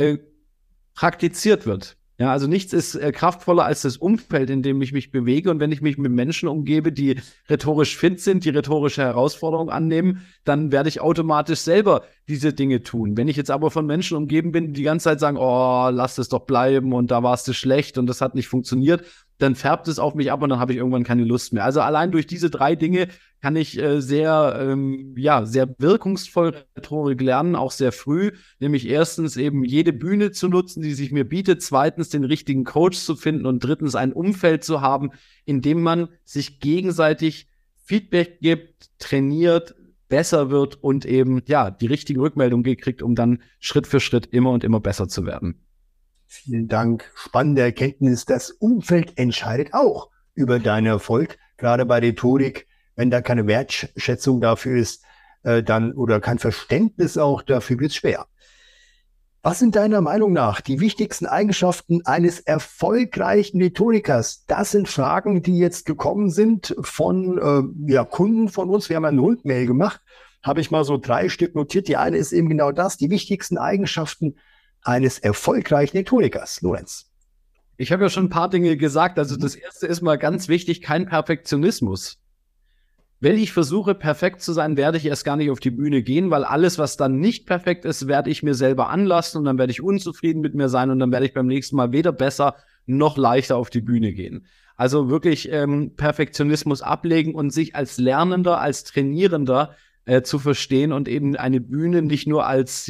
praktiziert wird. Ja, also nichts ist kraftvoller als das Umfeld, in dem ich mich bewege. Und wenn ich mich mit Menschen umgebe, die rhetorisch fit sind, die rhetorische Herausforderung annehmen, dann werde ich automatisch selber diese Dinge tun. Wenn ich jetzt aber von Menschen umgeben bin, die die ganze Zeit sagen, oh, lass es doch bleiben und da warst du schlecht und das hat nicht funktioniert, dann färbt es auf mich ab und dann habe ich irgendwann keine Lust mehr. Also allein durch diese 3 Dinge kann ich sehr wirkungsvoll Rhetorik lernen, auch sehr früh. Nämlich erstens eben jede Bühne zu nutzen, die sich mir bietet. Zweitens den richtigen Coach zu finden und drittens ein Umfeld zu haben, in dem man sich gegenseitig Feedback gibt, trainiert, besser wird und eben die richtigen Rückmeldungen kriegt, um dann Schritt für Schritt immer und immer besser zu werden. Vielen Dank. Spannende Erkenntnis. Das Umfeld entscheidet auch über deinen Erfolg. Gerade bei Rhetorik, wenn da keine Wertschätzung dafür ist, dann oder kein Verständnis auch dafür, wird es schwer. Was sind deiner Meinung nach die wichtigsten Eigenschaften eines erfolgreichen Rhetorikers? Das sind Fragen, die jetzt gekommen sind von Kunden von uns. Wir haben eine Rundmail gemacht, habe ich mal so 3 Stück notiert. Die eine ist eben genau das, die wichtigsten Eigenschaften eines erfolgreichen Rhetorikers. Lorenz. Ich habe ja schon ein paar Dinge gesagt. Also das erste ist mal ganz wichtig, kein Perfektionismus. Wenn ich versuche, perfekt zu sein, werde ich erst gar nicht auf die Bühne gehen, weil alles, was dann nicht perfekt ist, werde ich mir selber anlassen und dann werde ich unzufrieden mit mir sein und dann werde ich beim nächsten Mal weder besser noch leichter auf die Bühne gehen. Also wirklich Perfektionismus ablegen und sich als Lernender, als Trainierender zu verstehen und eben eine Bühne nicht nur als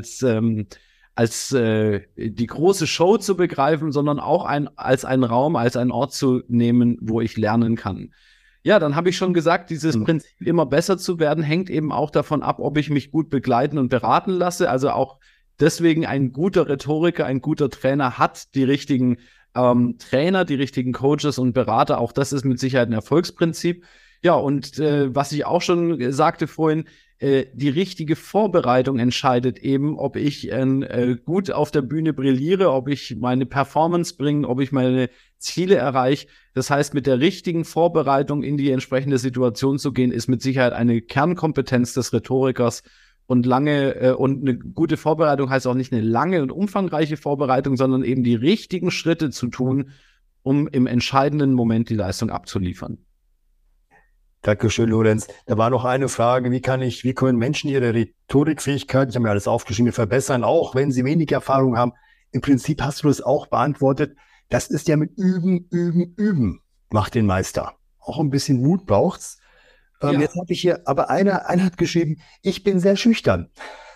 die große Show zu begreifen, sondern auch als einen Raum, als einen Ort zu nehmen, wo ich lernen kann. Ja, dann habe ich schon gesagt, dieses Prinzip, immer besser zu werden, hängt eben auch davon ab, ob ich mich gut begleiten und beraten lasse. Also auch deswegen ein guter Rhetoriker, ein guter Trainer hat die richtigen Trainer, die richtigen Coaches und Berater. Auch das ist mit Sicherheit ein Erfolgsprinzip. Ja, und was ich auch schon sagte vorhin, die richtige Vorbereitung entscheidet eben, ob ich gut auf der Bühne brilliere, ob ich meine Performance bringe, ob ich meine Ziele erreiche. Das heißt, mit der richtigen Vorbereitung in die entsprechende Situation zu gehen, ist mit Sicherheit eine Kernkompetenz des Rhetorikers. Und und eine gute Vorbereitung heißt auch nicht eine lange und umfangreiche Vorbereitung, sondern eben die richtigen Schritte zu tun, um im entscheidenden Moment die Leistung abzuliefern. Dankeschön, Lorenz. Da war noch eine Frage, wie können Menschen ihre Rhetorikfähigkeit, ich habe mir alles aufgeschrieben, verbessern, auch wenn sie wenig Erfahrung haben. Im Prinzip hast du das auch beantwortet. Das ist ja mit Üben, Üben, Üben, macht den Meister. Auch ein bisschen Mut braucht's. Jetzt habe ich hier, aber einer hat geschrieben, ich bin sehr schüchtern.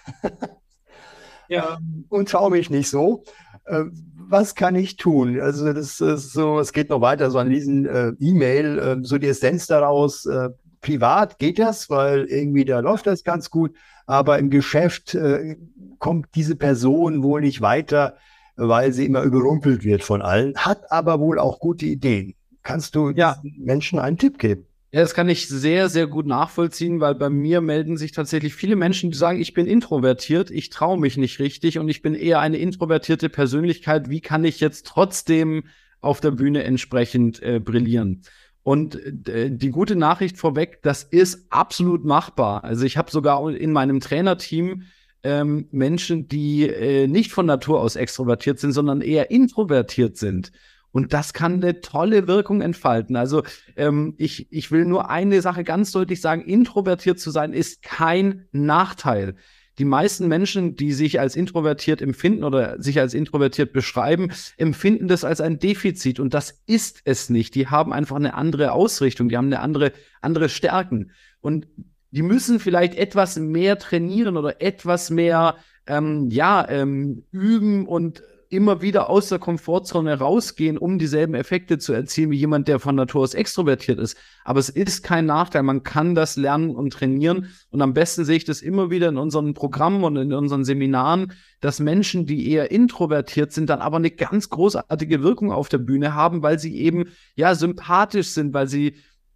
Und traue mich nicht so. Was kann ich tun? Also das ist so, es geht noch weiter, so an diesen E-Mail, so die Essenz daraus. Privat geht das, weil irgendwie da läuft das ganz gut, aber im Geschäft kommt diese Person wohl nicht weiter, weil sie immer überrumpelt wird von allen, hat aber wohl auch gute Ideen. Kannst du diesen Menschen einen Tipp geben? Ja, das kann ich sehr, sehr gut nachvollziehen, weil bei mir melden sich tatsächlich viele Menschen, die sagen, ich bin introvertiert, ich traue mich nicht richtig und ich bin eher eine introvertierte Persönlichkeit. Wie kann ich jetzt trotzdem auf der Bühne entsprechend brillieren? Und die gute Nachricht vorweg, das ist absolut machbar. Also ich habe sogar in meinem Trainerteam Menschen, die nicht von Natur aus extrovertiert sind, sondern eher introvertiert sind. Und das kann eine tolle Wirkung entfalten. Also ich will nur eine Sache ganz deutlich sagen, introvertiert zu sein ist kein Nachteil. Die meisten Menschen, die sich als introvertiert empfinden oder sich als introvertiert beschreiben, empfinden das als ein Defizit. Und das ist es nicht. Die haben einfach eine andere Ausrichtung, die haben eine andere Stärken. Und die müssen vielleicht etwas mehr trainieren oder etwas mehr üben und immer wieder aus der Komfortzone rausgehen, um dieselben Effekte zu erzielen wie jemand, der von Natur aus extrovertiert ist. Aber es ist kein Nachteil. Man kann das lernen und trainieren. Und am besten sehe ich das immer wieder in unseren Programmen und in unseren Seminaren, dass Menschen, die eher introvertiert sind, dann aber eine ganz großartige Wirkung auf der Bühne haben, weil sie eben ja sympathisch sind, weil sie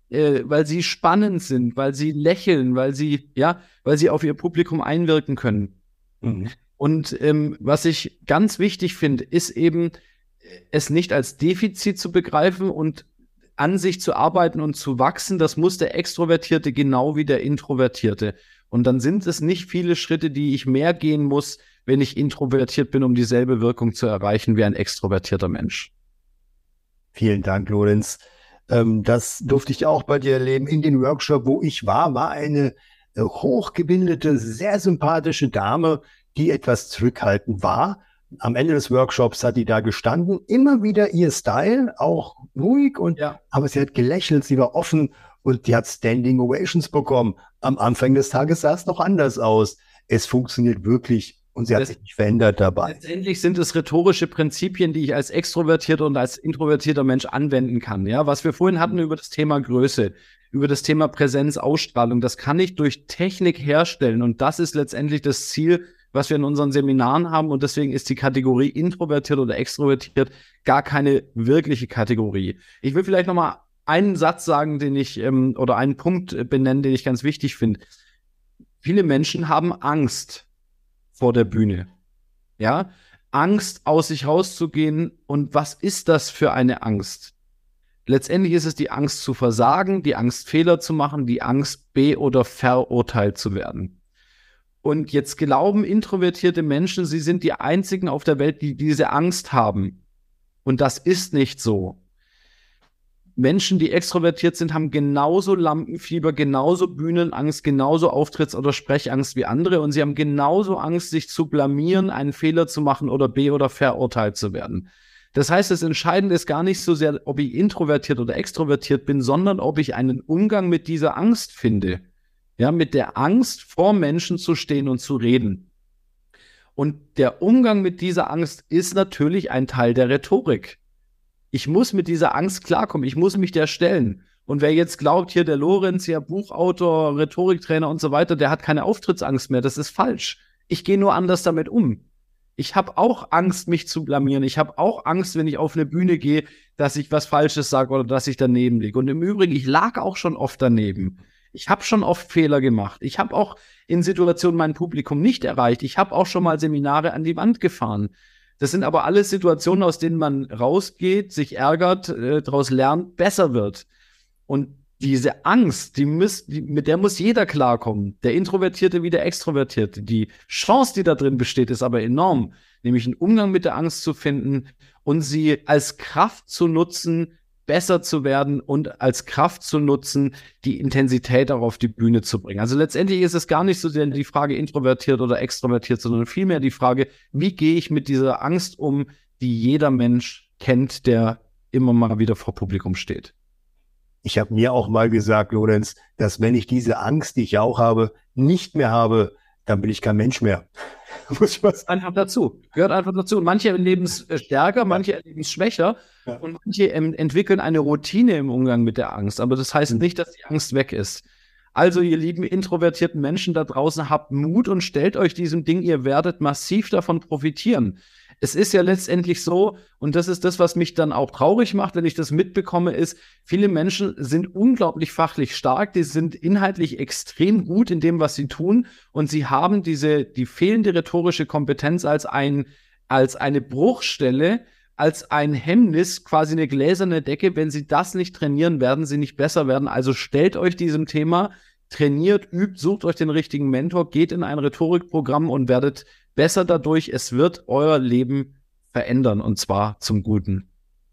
spannend sind, weil sie lächeln, weil sie auf ihr Publikum einwirken können. Mhm. Und was ich ganz wichtig finde, ist eben, es nicht als Defizit zu begreifen und an sich zu arbeiten und zu wachsen. Das muss der Extrovertierte genau wie der Introvertierte. Und dann sind es nicht viele Schritte, die ich mehr gehen muss, wenn ich introvertiert bin, um dieselbe Wirkung zu erreichen wie ein extrovertierter Mensch. Vielen Dank, Lorenz. Das durfte ich auch bei dir erleben. In den Workshop, wo ich war eine hochgebildete, sehr sympathische Dame, die etwas zurückhaltend war. Am Ende des Workshops hat die da gestanden, immer wieder ihr Style, auch ruhig, aber sie hat gelächelt, sie war offen und die hat Standing Ovations bekommen. Am Anfang des Tages sah es noch anders aus. Es funktioniert wirklich und sie hat sich nicht verändert dabei. Letztendlich sind es rhetorische Prinzipien, die ich als extrovertierter und als introvertierter Mensch anwenden kann. Ja, was wir vorhin hatten über das Thema Größe, über das Thema Präsenz, Ausstrahlung, das kann ich durch Technik herstellen und das ist letztendlich das Ziel, was wir in unseren Seminaren haben und deswegen ist die Kategorie introvertiert oder extrovertiert gar keine wirkliche Kategorie. Ich will vielleicht noch mal einen Satz sagen, oder einen Punkt benennen, den ich ganz wichtig finde. Viele Menschen haben Angst vor der Bühne. Ja, Angst, aus sich rauszugehen. Und was ist das für eine Angst? Letztendlich ist es die Angst zu versagen, die Angst, Fehler zu machen, die Angst, oder verurteilt zu werden. Und jetzt glauben introvertierte Menschen, sie sind die einzigen auf der Welt, die diese Angst haben. Und das ist nicht so. Menschen, die extrovertiert sind, haben genauso Lampenfieber, genauso Bühnenangst, genauso Auftritts- oder Sprechangst wie andere. Und sie haben genauso Angst, sich zu blamieren, einen Fehler zu machen oder oder verurteilt zu werden. Das heißt, das Entscheidende ist gar nicht so sehr, ob ich introvertiert oder extrovertiert bin, sondern ob ich einen Umgang mit dieser Angst finde. Ja, mit der Angst, vor Menschen zu stehen und zu reden. Und der Umgang mit dieser Angst ist natürlich ein Teil der Rhetorik. Ich muss mit dieser Angst klarkommen, ich muss mich der stellen. Und wer jetzt glaubt, hier der Lorenz, ja Buchautor, Rhetoriktrainer und so weiter, der hat keine Auftrittsangst mehr, das ist falsch. Ich gehe nur anders damit um. Ich habe auch Angst, mich zu blamieren. Ich habe auch Angst, wenn ich auf eine Bühne gehe, dass ich was Falsches sage oder dass ich daneben liege. Und im Übrigen, ich lag auch schon oft daneben. Ich habe schon oft Fehler gemacht. Ich habe auch in Situationen mein Publikum nicht erreicht. Ich habe auch schon mal Seminare an die Wand gefahren. Das sind aber alles Situationen, aus denen man rausgeht, sich ärgert, daraus lernt, besser wird. Und diese Angst, mit der muss jeder klarkommen. Der Introvertierte wie der Extrovertierte. Die Chance, die da drin besteht, ist aber enorm. Nämlich einen Umgang mit der Angst zu finden und sie als Kraft zu nutzen, besser zu werden und als Kraft zu nutzen, die Intensität auch auf die Bühne zu bringen. Also letztendlich ist es gar nicht so sehr die Frage introvertiert oder extrovertiert, sondern vielmehr die Frage, wie gehe ich mit dieser Angst um, die jeder Mensch kennt, der immer mal wieder vor Publikum steht. Ich habe mir auch mal gesagt, Lorenz, dass wenn ich diese Angst, die ich auch habe, nicht mehr habe, dann bin ich kein Mensch mehr. Muss ich was einfach dazu. Gehört einfach dazu. Und manche erleben es stärker, manche erleben es schwächer und manche entwickeln eine Routine im Umgang mit der Angst. Aber das heißt nicht, dass die Angst weg ist. Also, ihr lieben introvertierten Menschen da draußen, habt Mut und stellt euch diesem Ding, ihr werdet massiv davon profitieren. Es ist ja letztendlich so, und das ist das, was mich dann auch traurig macht, wenn ich das mitbekomme, ist, viele Menschen sind unglaublich fachlich stark, die sind inhaltlich extrem gut in dem, was sie tun, und sie haben die fehlende rhetorische Kompetenz als eine Bruchstelle, als ein Hemmnis, quasi eine gläserne Decke. Wenn sie das nicht trainieren, werden sie nicht besser werden. Also stellt euch diesem Thema, trainiert, übt, sucht euch den richtigen Mentor, geht in ein Rhetorikprogramm und werdet besser dadurch. Es wird euer Leben verändern, und zwar zum Guten.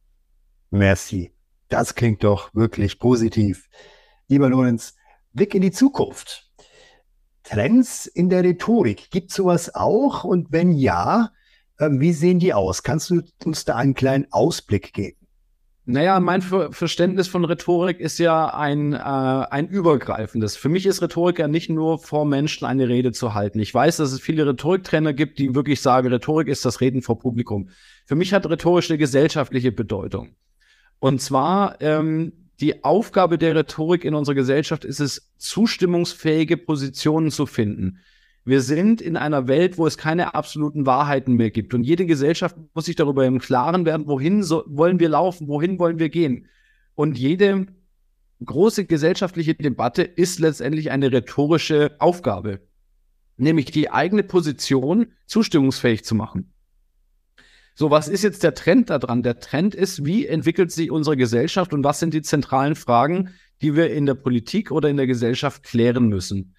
Merci. Das klingt doch wirklich positiv. Lieber Lorenz, Blick in die Zukunft. Trends in der Rhetorik, gibt es sowas auch? Und wenn ja, wie sehen die aus? Kannst du uns da einen kleinen Ausblick geben? Naja, mein Verständnis von Rhetorik ist ja ein übergreifendes. Für mich ist Rhetorik ja nicht nur vor Menschen eine Rede zu halten. Ich weiß, dass es viele Rhetoriktrainer gibt, die wirklich sagen, Rhetorik ist das Reden vor Publikum. Für mich hat Rhetorik eine gesellschaftliche Bedeutung. Und zwar die Aufgabe der Rhetorik in unserer Gesellschaft ist es, zustimmungsfähige Positionen zu finden. Wir sind in einer Welt, wo es keine absoluten Wahrheiten mehr gibt. Und jede Gesellschaft muss sich darüber im Klaren werden, wohin wollen wir laufen, wohin wollen wir gehen. Und jede große gesellschaftliche Debatte ist letztendlich eine rhetorische Aufgabe, nämlich die eigene Position zustimmungsfähig zu machen. So, was ist jetzt der Trend daran? Der Trend ist, wie entwickelt sich unsere Gesellschaft und was sind die zentralen Fragen, die wir in der Politik oder in der Gesellschaft klären müssen.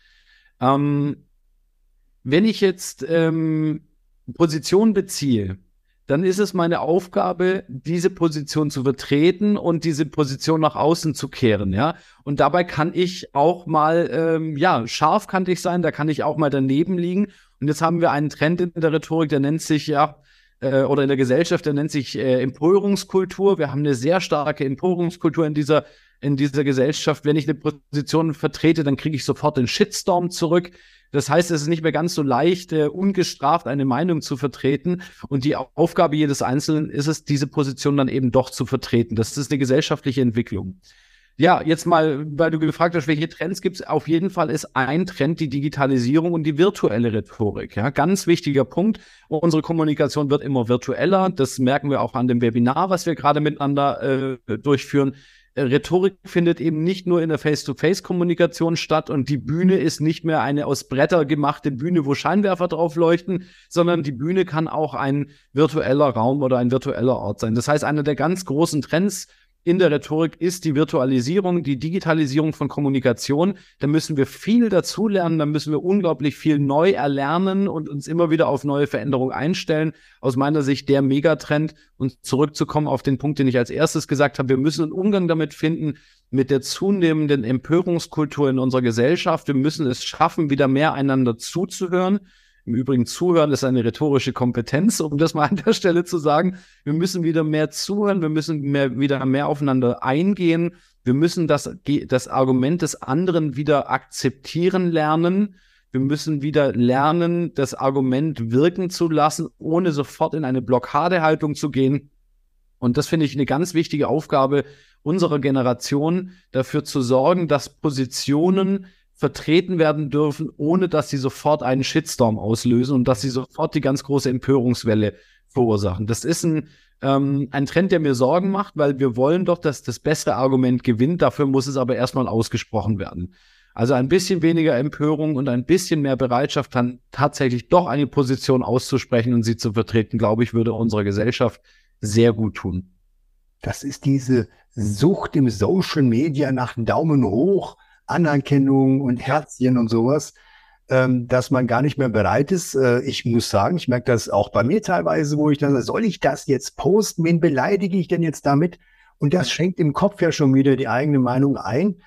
Wenn ich jetzt Position beziehe, dann ist es meine Aufgabe, diese Position zu vertreten und diese Position nach außen zu kehren, ja. Und dabei kann ich auch mal, scharfkantig sein, da kann ich auch mal daneben liegen. Und jetzt haben wir einen Trend in der Rhetorik, der nennt sich oder in der Gesellschaft, der nennt sich Empörungskultur. Wir haben eine sehr starke Empörungskultur in dieser Gesellschaft. Wenn ich eine Position vertrete, dann kriege ich sofort den Shitstorm zurück. Das heißt, es ist nicht mehr ganz so leicht, ungestraft eine Meinung zu vertreten. Und die Aufgabe jedes Einzelnen ist es, diese Position dann eben doch zu vertreten. Das ist eine gesellschaftliche Entwicklung. Ja, jetzt mal, weil du gefragt hast, welche Trends gibt es? Auf jeden Fall ist ein Trend die Digitalisierung und die virtuelle Rhetorik. Ja, ganz wichtiger Punkt. Unsere Kommunikation wird immer virtueller. Das merken wir auch an dem Webinar, was wir gerade miteinander durchführen. Rhetorik findet eben nicht nur in der Face-to-Face-Kommunikation statt und die Bühne ist nicht mehr eine aus Bretter gemachte Bühne, wo Scheinwerfer drauf leuchten, sondern die Bühne kann auch ein virtueller Raum oder ein virtueller Ort sein. Das heißt, einer der ganz großen Trends in der Rhetorik ist die Virtualisierung, die Digitalisierung von Kommunikation. Da müssen wir viel dazulernen, da müssen wir unglaublich viel neu erlernen und uns immer wieder auf neue Veränderungen einstellen. Aus meiner Sicht der Megatrend. Und zurückzukommen auf den Punkt, den ich als erstes gesagt habe, wir müssen einen Umgang damit finden, mit der zunehmenden Empörungskultur in unserer Gesellschaft. Wir müssen es schaffen, wieder mehr einander zuzuhören. Im Übrigen, Zuhören ist eine rhetorische Kompetenz, um das mal an der Stelle zu sagen. Wir müssen wieder mehr zuhören, wir müssen wieder mehr aufeinander eingehen. Wir müssen das Argument des anderen wieder akzeptieren lernen. Wir müssen wieder lernen, das Argument wirken zu lassen, ohne sofort in eine Blockadehaltung zu gehen. Und das finde ich eine ganz wichtige Aufgabe unserer Generation, dafür zu sorgen, dass Positionen vertreten werden dürfen, ohne dass sie sofort einen Shitstorm auslösen und dass sie sofort die ganz große Empörungswelle verursachen. Das ist ein Trend, der mir Sorgen macht, weil wir wollen doch, dass das bessere Argument gewinnt. Dafür muss es aber erstmal ausgesprochen werden. Also ein bisschen weniger Empörung und ein bisschen mehr Bereitschaft, dann tatsächlich doch eine Position auszusprechen und sie zu vertreten, glaube ich, würde unserer Gesellschaft sehr gut tun. Das ist diese Sucht im Social Media nach Daumen hoch, Anerkennung und Herzchen und sowas, dass man gar nicht mehr bereit ist. Ich muss sagen, ich merke das auch bei mir teilweise, wo ich dann sage, soll ich das jetzt posten? Wen beleidige ich denn jetzt damit? Und das schränkt im Kopf ja schon wieder die eigene Meinung ein.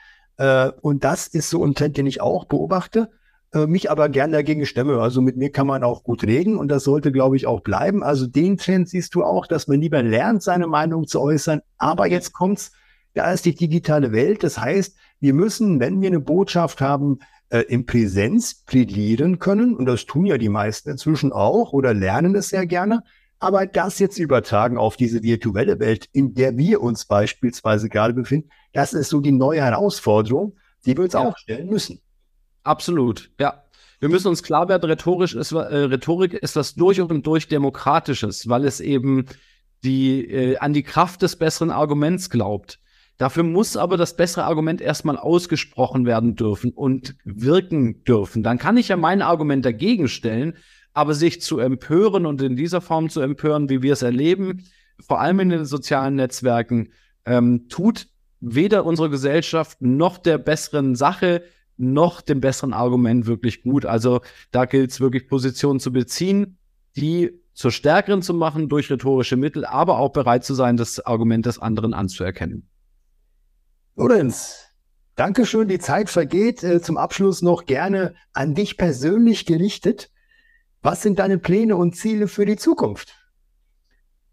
Und das ist so ein Trend, den ich auch beobachte, mich aber gern dagegen stemme. Also mit mir kann man auch gut reden und das sollte, glaube ich, auch bleiben. Also den Trend siehst du auch, dass man lieber lernt, seine Meinung zu äußern. Aber jetzt kommt's, da ist die digitale Welt. Das heißt, wir müssen, wenn wir eine Botschaft haben, in Präsenz plädieren können. Und das tun ja die meisten inzwischen auch oder lernen es sehr gerne. Aber das jetzt übertragen auf diese virtuelle Welt, in der wir uns beispielsweise gerade befinden, das ist so die neue Herausforderung, die wir uns auch stellen müssen. Absolut, ja. Wir müssen uns klar werden, Rhetorik ist was durch und durch Demokratisches, weil es eben an die Kraft des besseren Arguments glaubt. Dafür muss aber das bessere Argument erstmal ausgesprochen werden dürfen und wirken dürfen. Dann kann ich ja mein Argument dagegen stellen, aber sich zu empören und in dieser Form zu empören, wie wir es erleben, vor allem in den sozialen Netzwerken, tut weder unserer Gesellschaft noch der besseren Sache noch dem besseren Argument wirklich gut. Also da gilt es wirklich, Positionen zu beziehen, die zur stärkeren zu machen durch rhetorische Mittel, aber auch bereit zu sein, das Argument des anderen anzuerkennen. Lorenz, Dankeschön, die Zeit vergeht. Zum Abschluss noch gerne an dich persönlich gerichtet. Was sind deine Pläne und Ziele für die Zukunft?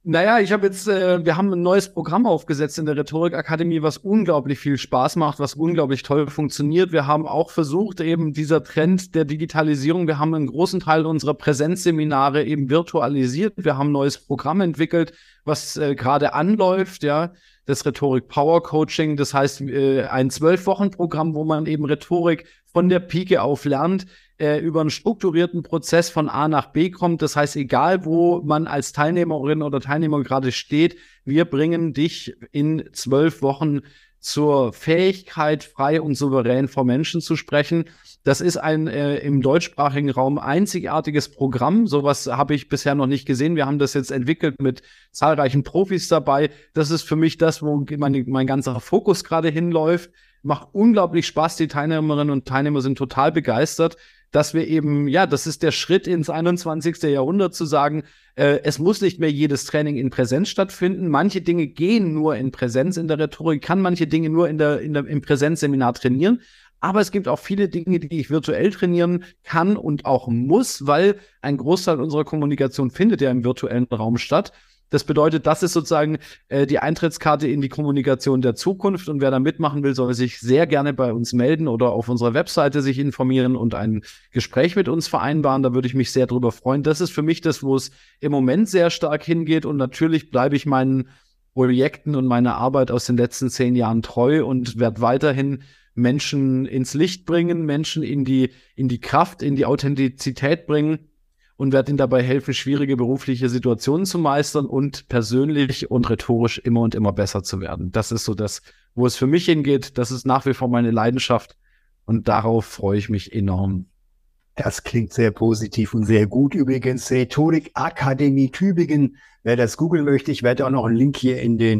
Naja, wir haben ein neues Programm aufgesetzt in der Rhetorikakademie, was unglaublich viel Spaß macht, was unglaublich toll funktioniert. Wir haben auch versucht, eben dieser Trend der Digitalisierung, wir haben einen großen Teil unserer Präsenzseminare eben virtualisiert. Wir haben ein neues Programm entwickelt, was gerade anläuft, ja, das Rhetorik Power Coaching. Das heißt, ein 12-Wochen-Programm, wo man eben Rhetorik von der Pike auf lernt, über einen strukturierten Prozess von A nach B kommt. Das heißt, egal wo man als Teilnehmerin oder Teilnehmer gerade steht, wir bringen dich in 12 Wochen zur Fähigkeit, frei und souverän vor Menschen zu sprechen. Das ist ein im deutschsprachigen Raum einzigartiges Programm. Sowas habe ich bisher noch nicht gesehen. Wir haben das jetzt entwickelt mit zahlreichen Profis dabei. Das ist für mich das, wo mein ganzer Fokus gerade hinläuft. Macht unglaublich Spaß. Die Teilnehmerinnen und Teilnehmer sind total begeistert, dass wir eben, ja, das ist der Schritt ins 21. Jahrhundert, zu sagen, es muss nicht mehr jedes Training in Präsenz stattfinden. Manche Dinge gehen nur in Präsenz in der Rhetorik, kann manche Dinge nur im Präsenzseminar trainieren. Aber es gibt auch viele Dinge, die ich virtuell trainieren kann und auch muss, weil ein Großteil unserer Kommunikation findet ja im virtuellen Raum statt. Das bedeutet, das ist sozusagen die Eintrittskarte in die Kommunikation der Zukunft. Und wer da mitmachen will, soll sich sehr gerne bei uns melden oder auf unserer Webseite sich informieren und ein Gespräch mit uns vereinbaren. Da würde ich mich sehr drüber freuen. Das ist für mich das, wo es im Moment sehr stark hingeht. Und natürlich bleibe ich meinen Projekten und meiner Arbeit aus den letzten 10 Jahren treu und werde weiterhin Menschen ins Licht bringen, Menschen in die Kraft, in die Authentizität bringen. Und werde ihnen dabei helfen, schwierige berufliche Situationen zu meistern und persönlich und rhetorisch immer und immer besser zu werden. Das ist so das, wo es für mich hingeht. Das ist nach wie vor meine Leidenschaft und darauf freue ich mich enorm. Das klingt sehr positiv und sehr gut. Übrigens, Rhetorik-Akademie Tübingen. Wer das googeln möchte, ich werde auch noch einen Link hier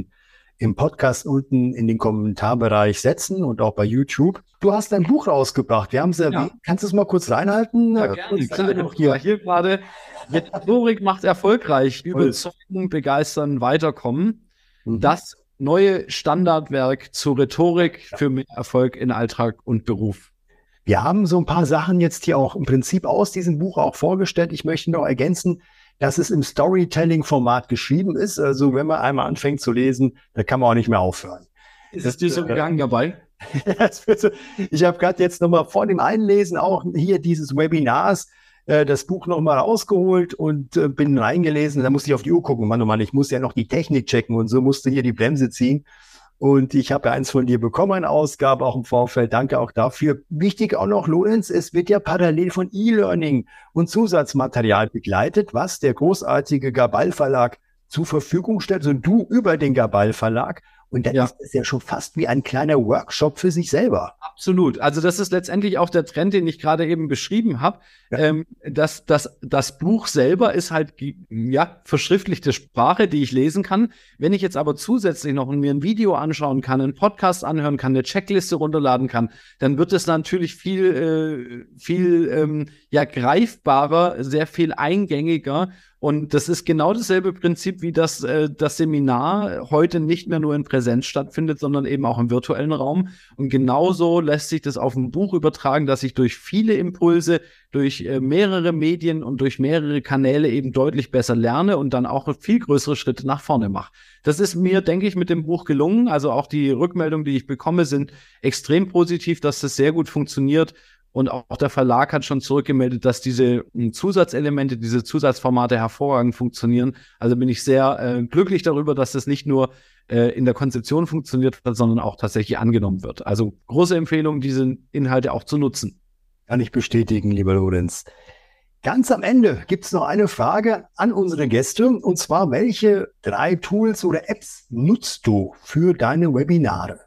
im Podcast unten in den Kommentarbereich setzen und auch bei YouTube. Du hast ein Buch rausgebracht. Wir haben es erwähnt. Ja. Kannst du es mal kurz reinhalten? Ja, gerne. Hier gerade. Rhetorik macht erfolgreich. Überzeugen, begeistern, weiterkommen. Das neue Standardwerk zur Rhetorik für mehr Erfolg in Alltag und Beruf. Wir haben so ein paar Sachen jetzt hier auch im Prinzip aus diesem Buch auch vorgestellt. Ich möchte noch ergänzen, dass es im Storytelling-Format geschrieben ist. Also wenn man einmal anfängt zu lesen, dann kann man auch nicht mehr aufhören. Ist es dir so gegangen dabei? Ich habe gerade jetzt nochmal vor dem Einlesen auch hier dieses Webinars das Buch nochmal rausgeholt und bin reingelesen. Da musste ich auf die Uhr gucken. Mann, ich muss ja noch die Technik checken und so musste hier die Bremse ziehen. Und ich habe ja eins von dir bekommen, eine Ausgabe auch im Vorfeld. Danke auch dafür. Wichtig auch noch, Lorenz, es wird ja parallel von E-Learning und Zusatzmaterial begleitet, was der großartige Gabal Verlag zur Verfügung stellt. Also du über den Gabal Verlag. Und dann ist es ja schon fast wie ein kleiner Workshop für sich selber. Absolut. Also das ist letztendlich auch der Trend, den ich gerade eben beschrieben habe. Ja. Das Buch selber ist halt verschriftlichte Sprache, die ich lesen kann. Wenn ich jetzt aber zusätzlich noch mir ein Video anschauen kann, einen Podcast anhören kann, eine Checkliste runterladen kann, dann wird es natürlich viel greifbarer, sehr viel eingängiger. Und das ist genau dasselbe Prinzip, wie das Seminar heute nicht mehr nur in Präsenz stattfindet, sondern eben auch im virtuellen Raum. Und genauso lässt sich das auf ein Buch übertragen, dass ich durch viele Impulse, durch mehrere Medien und durch mehrere Kanäle eben deutlich besser lerne und dann auch viel größere Schritte nach vorne mache. Das ist mir, denke ich, mit dem Buch gelungen. Also auch die Rückmeldungen, die ich bekomme, sind extrem positiv, dass das sehr gut funktioniert. Und auch der Verlag hat schon zurückgemeldet, dass diese Zusatzelemente, diese Zusatzformate hervorragend funktionieren. Also bin ich sehr glücklich darüber, dass das nicht nur in der Konzeption funktioniert hat, sondern auch tatsächlich angenommen wird. Also große Empfehlung, diese Inhalte auch zu nutzen. Kann ich bestätigen, lieber Lorenz. Ganz am Ende gibt es noch eine Frage an unsere Gäste. Und zwar, welche 3 Tools oder Apps nutzt du für deine Webinare?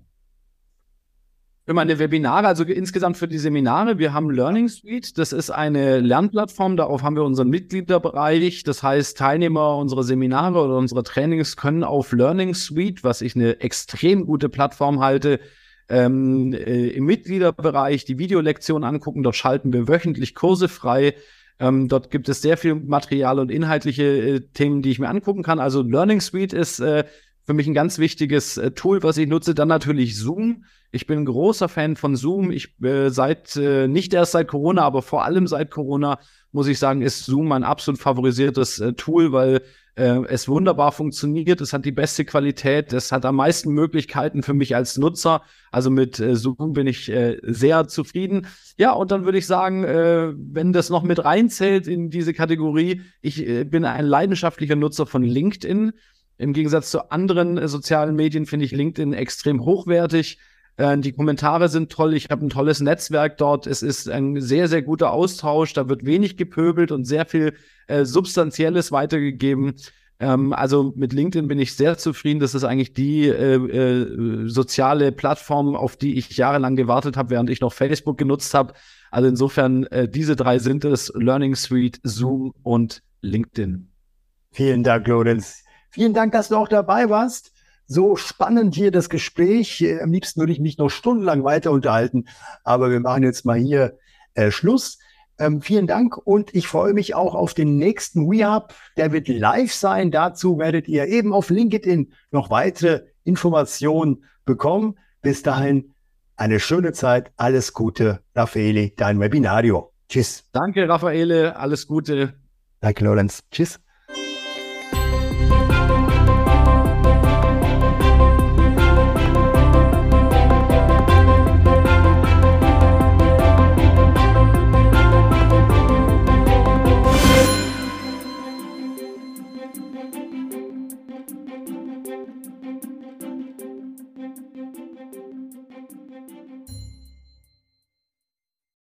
Für meine Webinare, also insgesamt für die Seminare, wir haben Learning Suite. Das ist eine Lernplattform, darauf haben wir unseren Mitgliederbereich. Das heißt, Teilnehmer unserer Seminare oder unserer Trainings können auf Learning Suite, was ich eine extrem gute Plattform halte, im Mitgliederbereich die Videolektion angucken. Dort schalten wir wöchentlich Kurse frei. Dort gibt es sehr viel Material und inhaltliche Themen, die ich mir angucken kann. Also Learning Suite ist für mich ein ganz wichtiges Tool, was ich nutze. Dann natürlich Zoom. Ich bin ein großer Fan von Zoom. Nicht erst seit Corona, aber vor allem seit Corona, muss ich sagen, ist Zoom mein absolut favorisiertes Tool, weil es wunderbar funktioniert, es hat die beste Qualität, es hat am meisten Möglichkeiten für mich als Nutzer. Also mit Zoom bin ich sehr zufrieden. Ja, und dann würde ich sagen, wenn das noch mit reinzählt in diese Kategorie, ich bin ein leidenschaftlicher Nutzer von LinkedIn. Im Gegensatz zu anderen sozialen Medien finde ich LinkedIn extrem hochwertig. Die Kommentare sind toll, ich habe ein tolles Netzwerk dort. Es ist ein sehr, sehr guter Austausch. Da wird wenig gepöbelt und sehr viel Substanzielles weitergegeben. Also mit LinkedIn bin ich sehr zufrieden. Das ist eigentlich die soziale Plattform, auf die ich jahrelang gewartet habe, während ich noch Facebook genutzt habe. Also insofern, diese drei sind es: Learning Suite, Zoom und LinkedIn. Vielen Dank, Lorenz. Vielen Dank, dass du auch dabei warst. So spannend hier das Gespräch. Am liebsten würde ich mich noch stundenlang weiter unterhalten, aber wir machen jetzt mal hier Schluss. Vielen Dank und ich freue mich auch auf den nächsten WeHub. Der wird live sein. Dazu werdet ihr eben auf LinkedIn noch weitere Informationen bekommen. Bis dahin eine schöne Zeit. Alles Gute, Raffaele, dein Webinario. Tschüss. Danke, Raffaele. Alles Gute. Danke, Lorenz. Tschüss.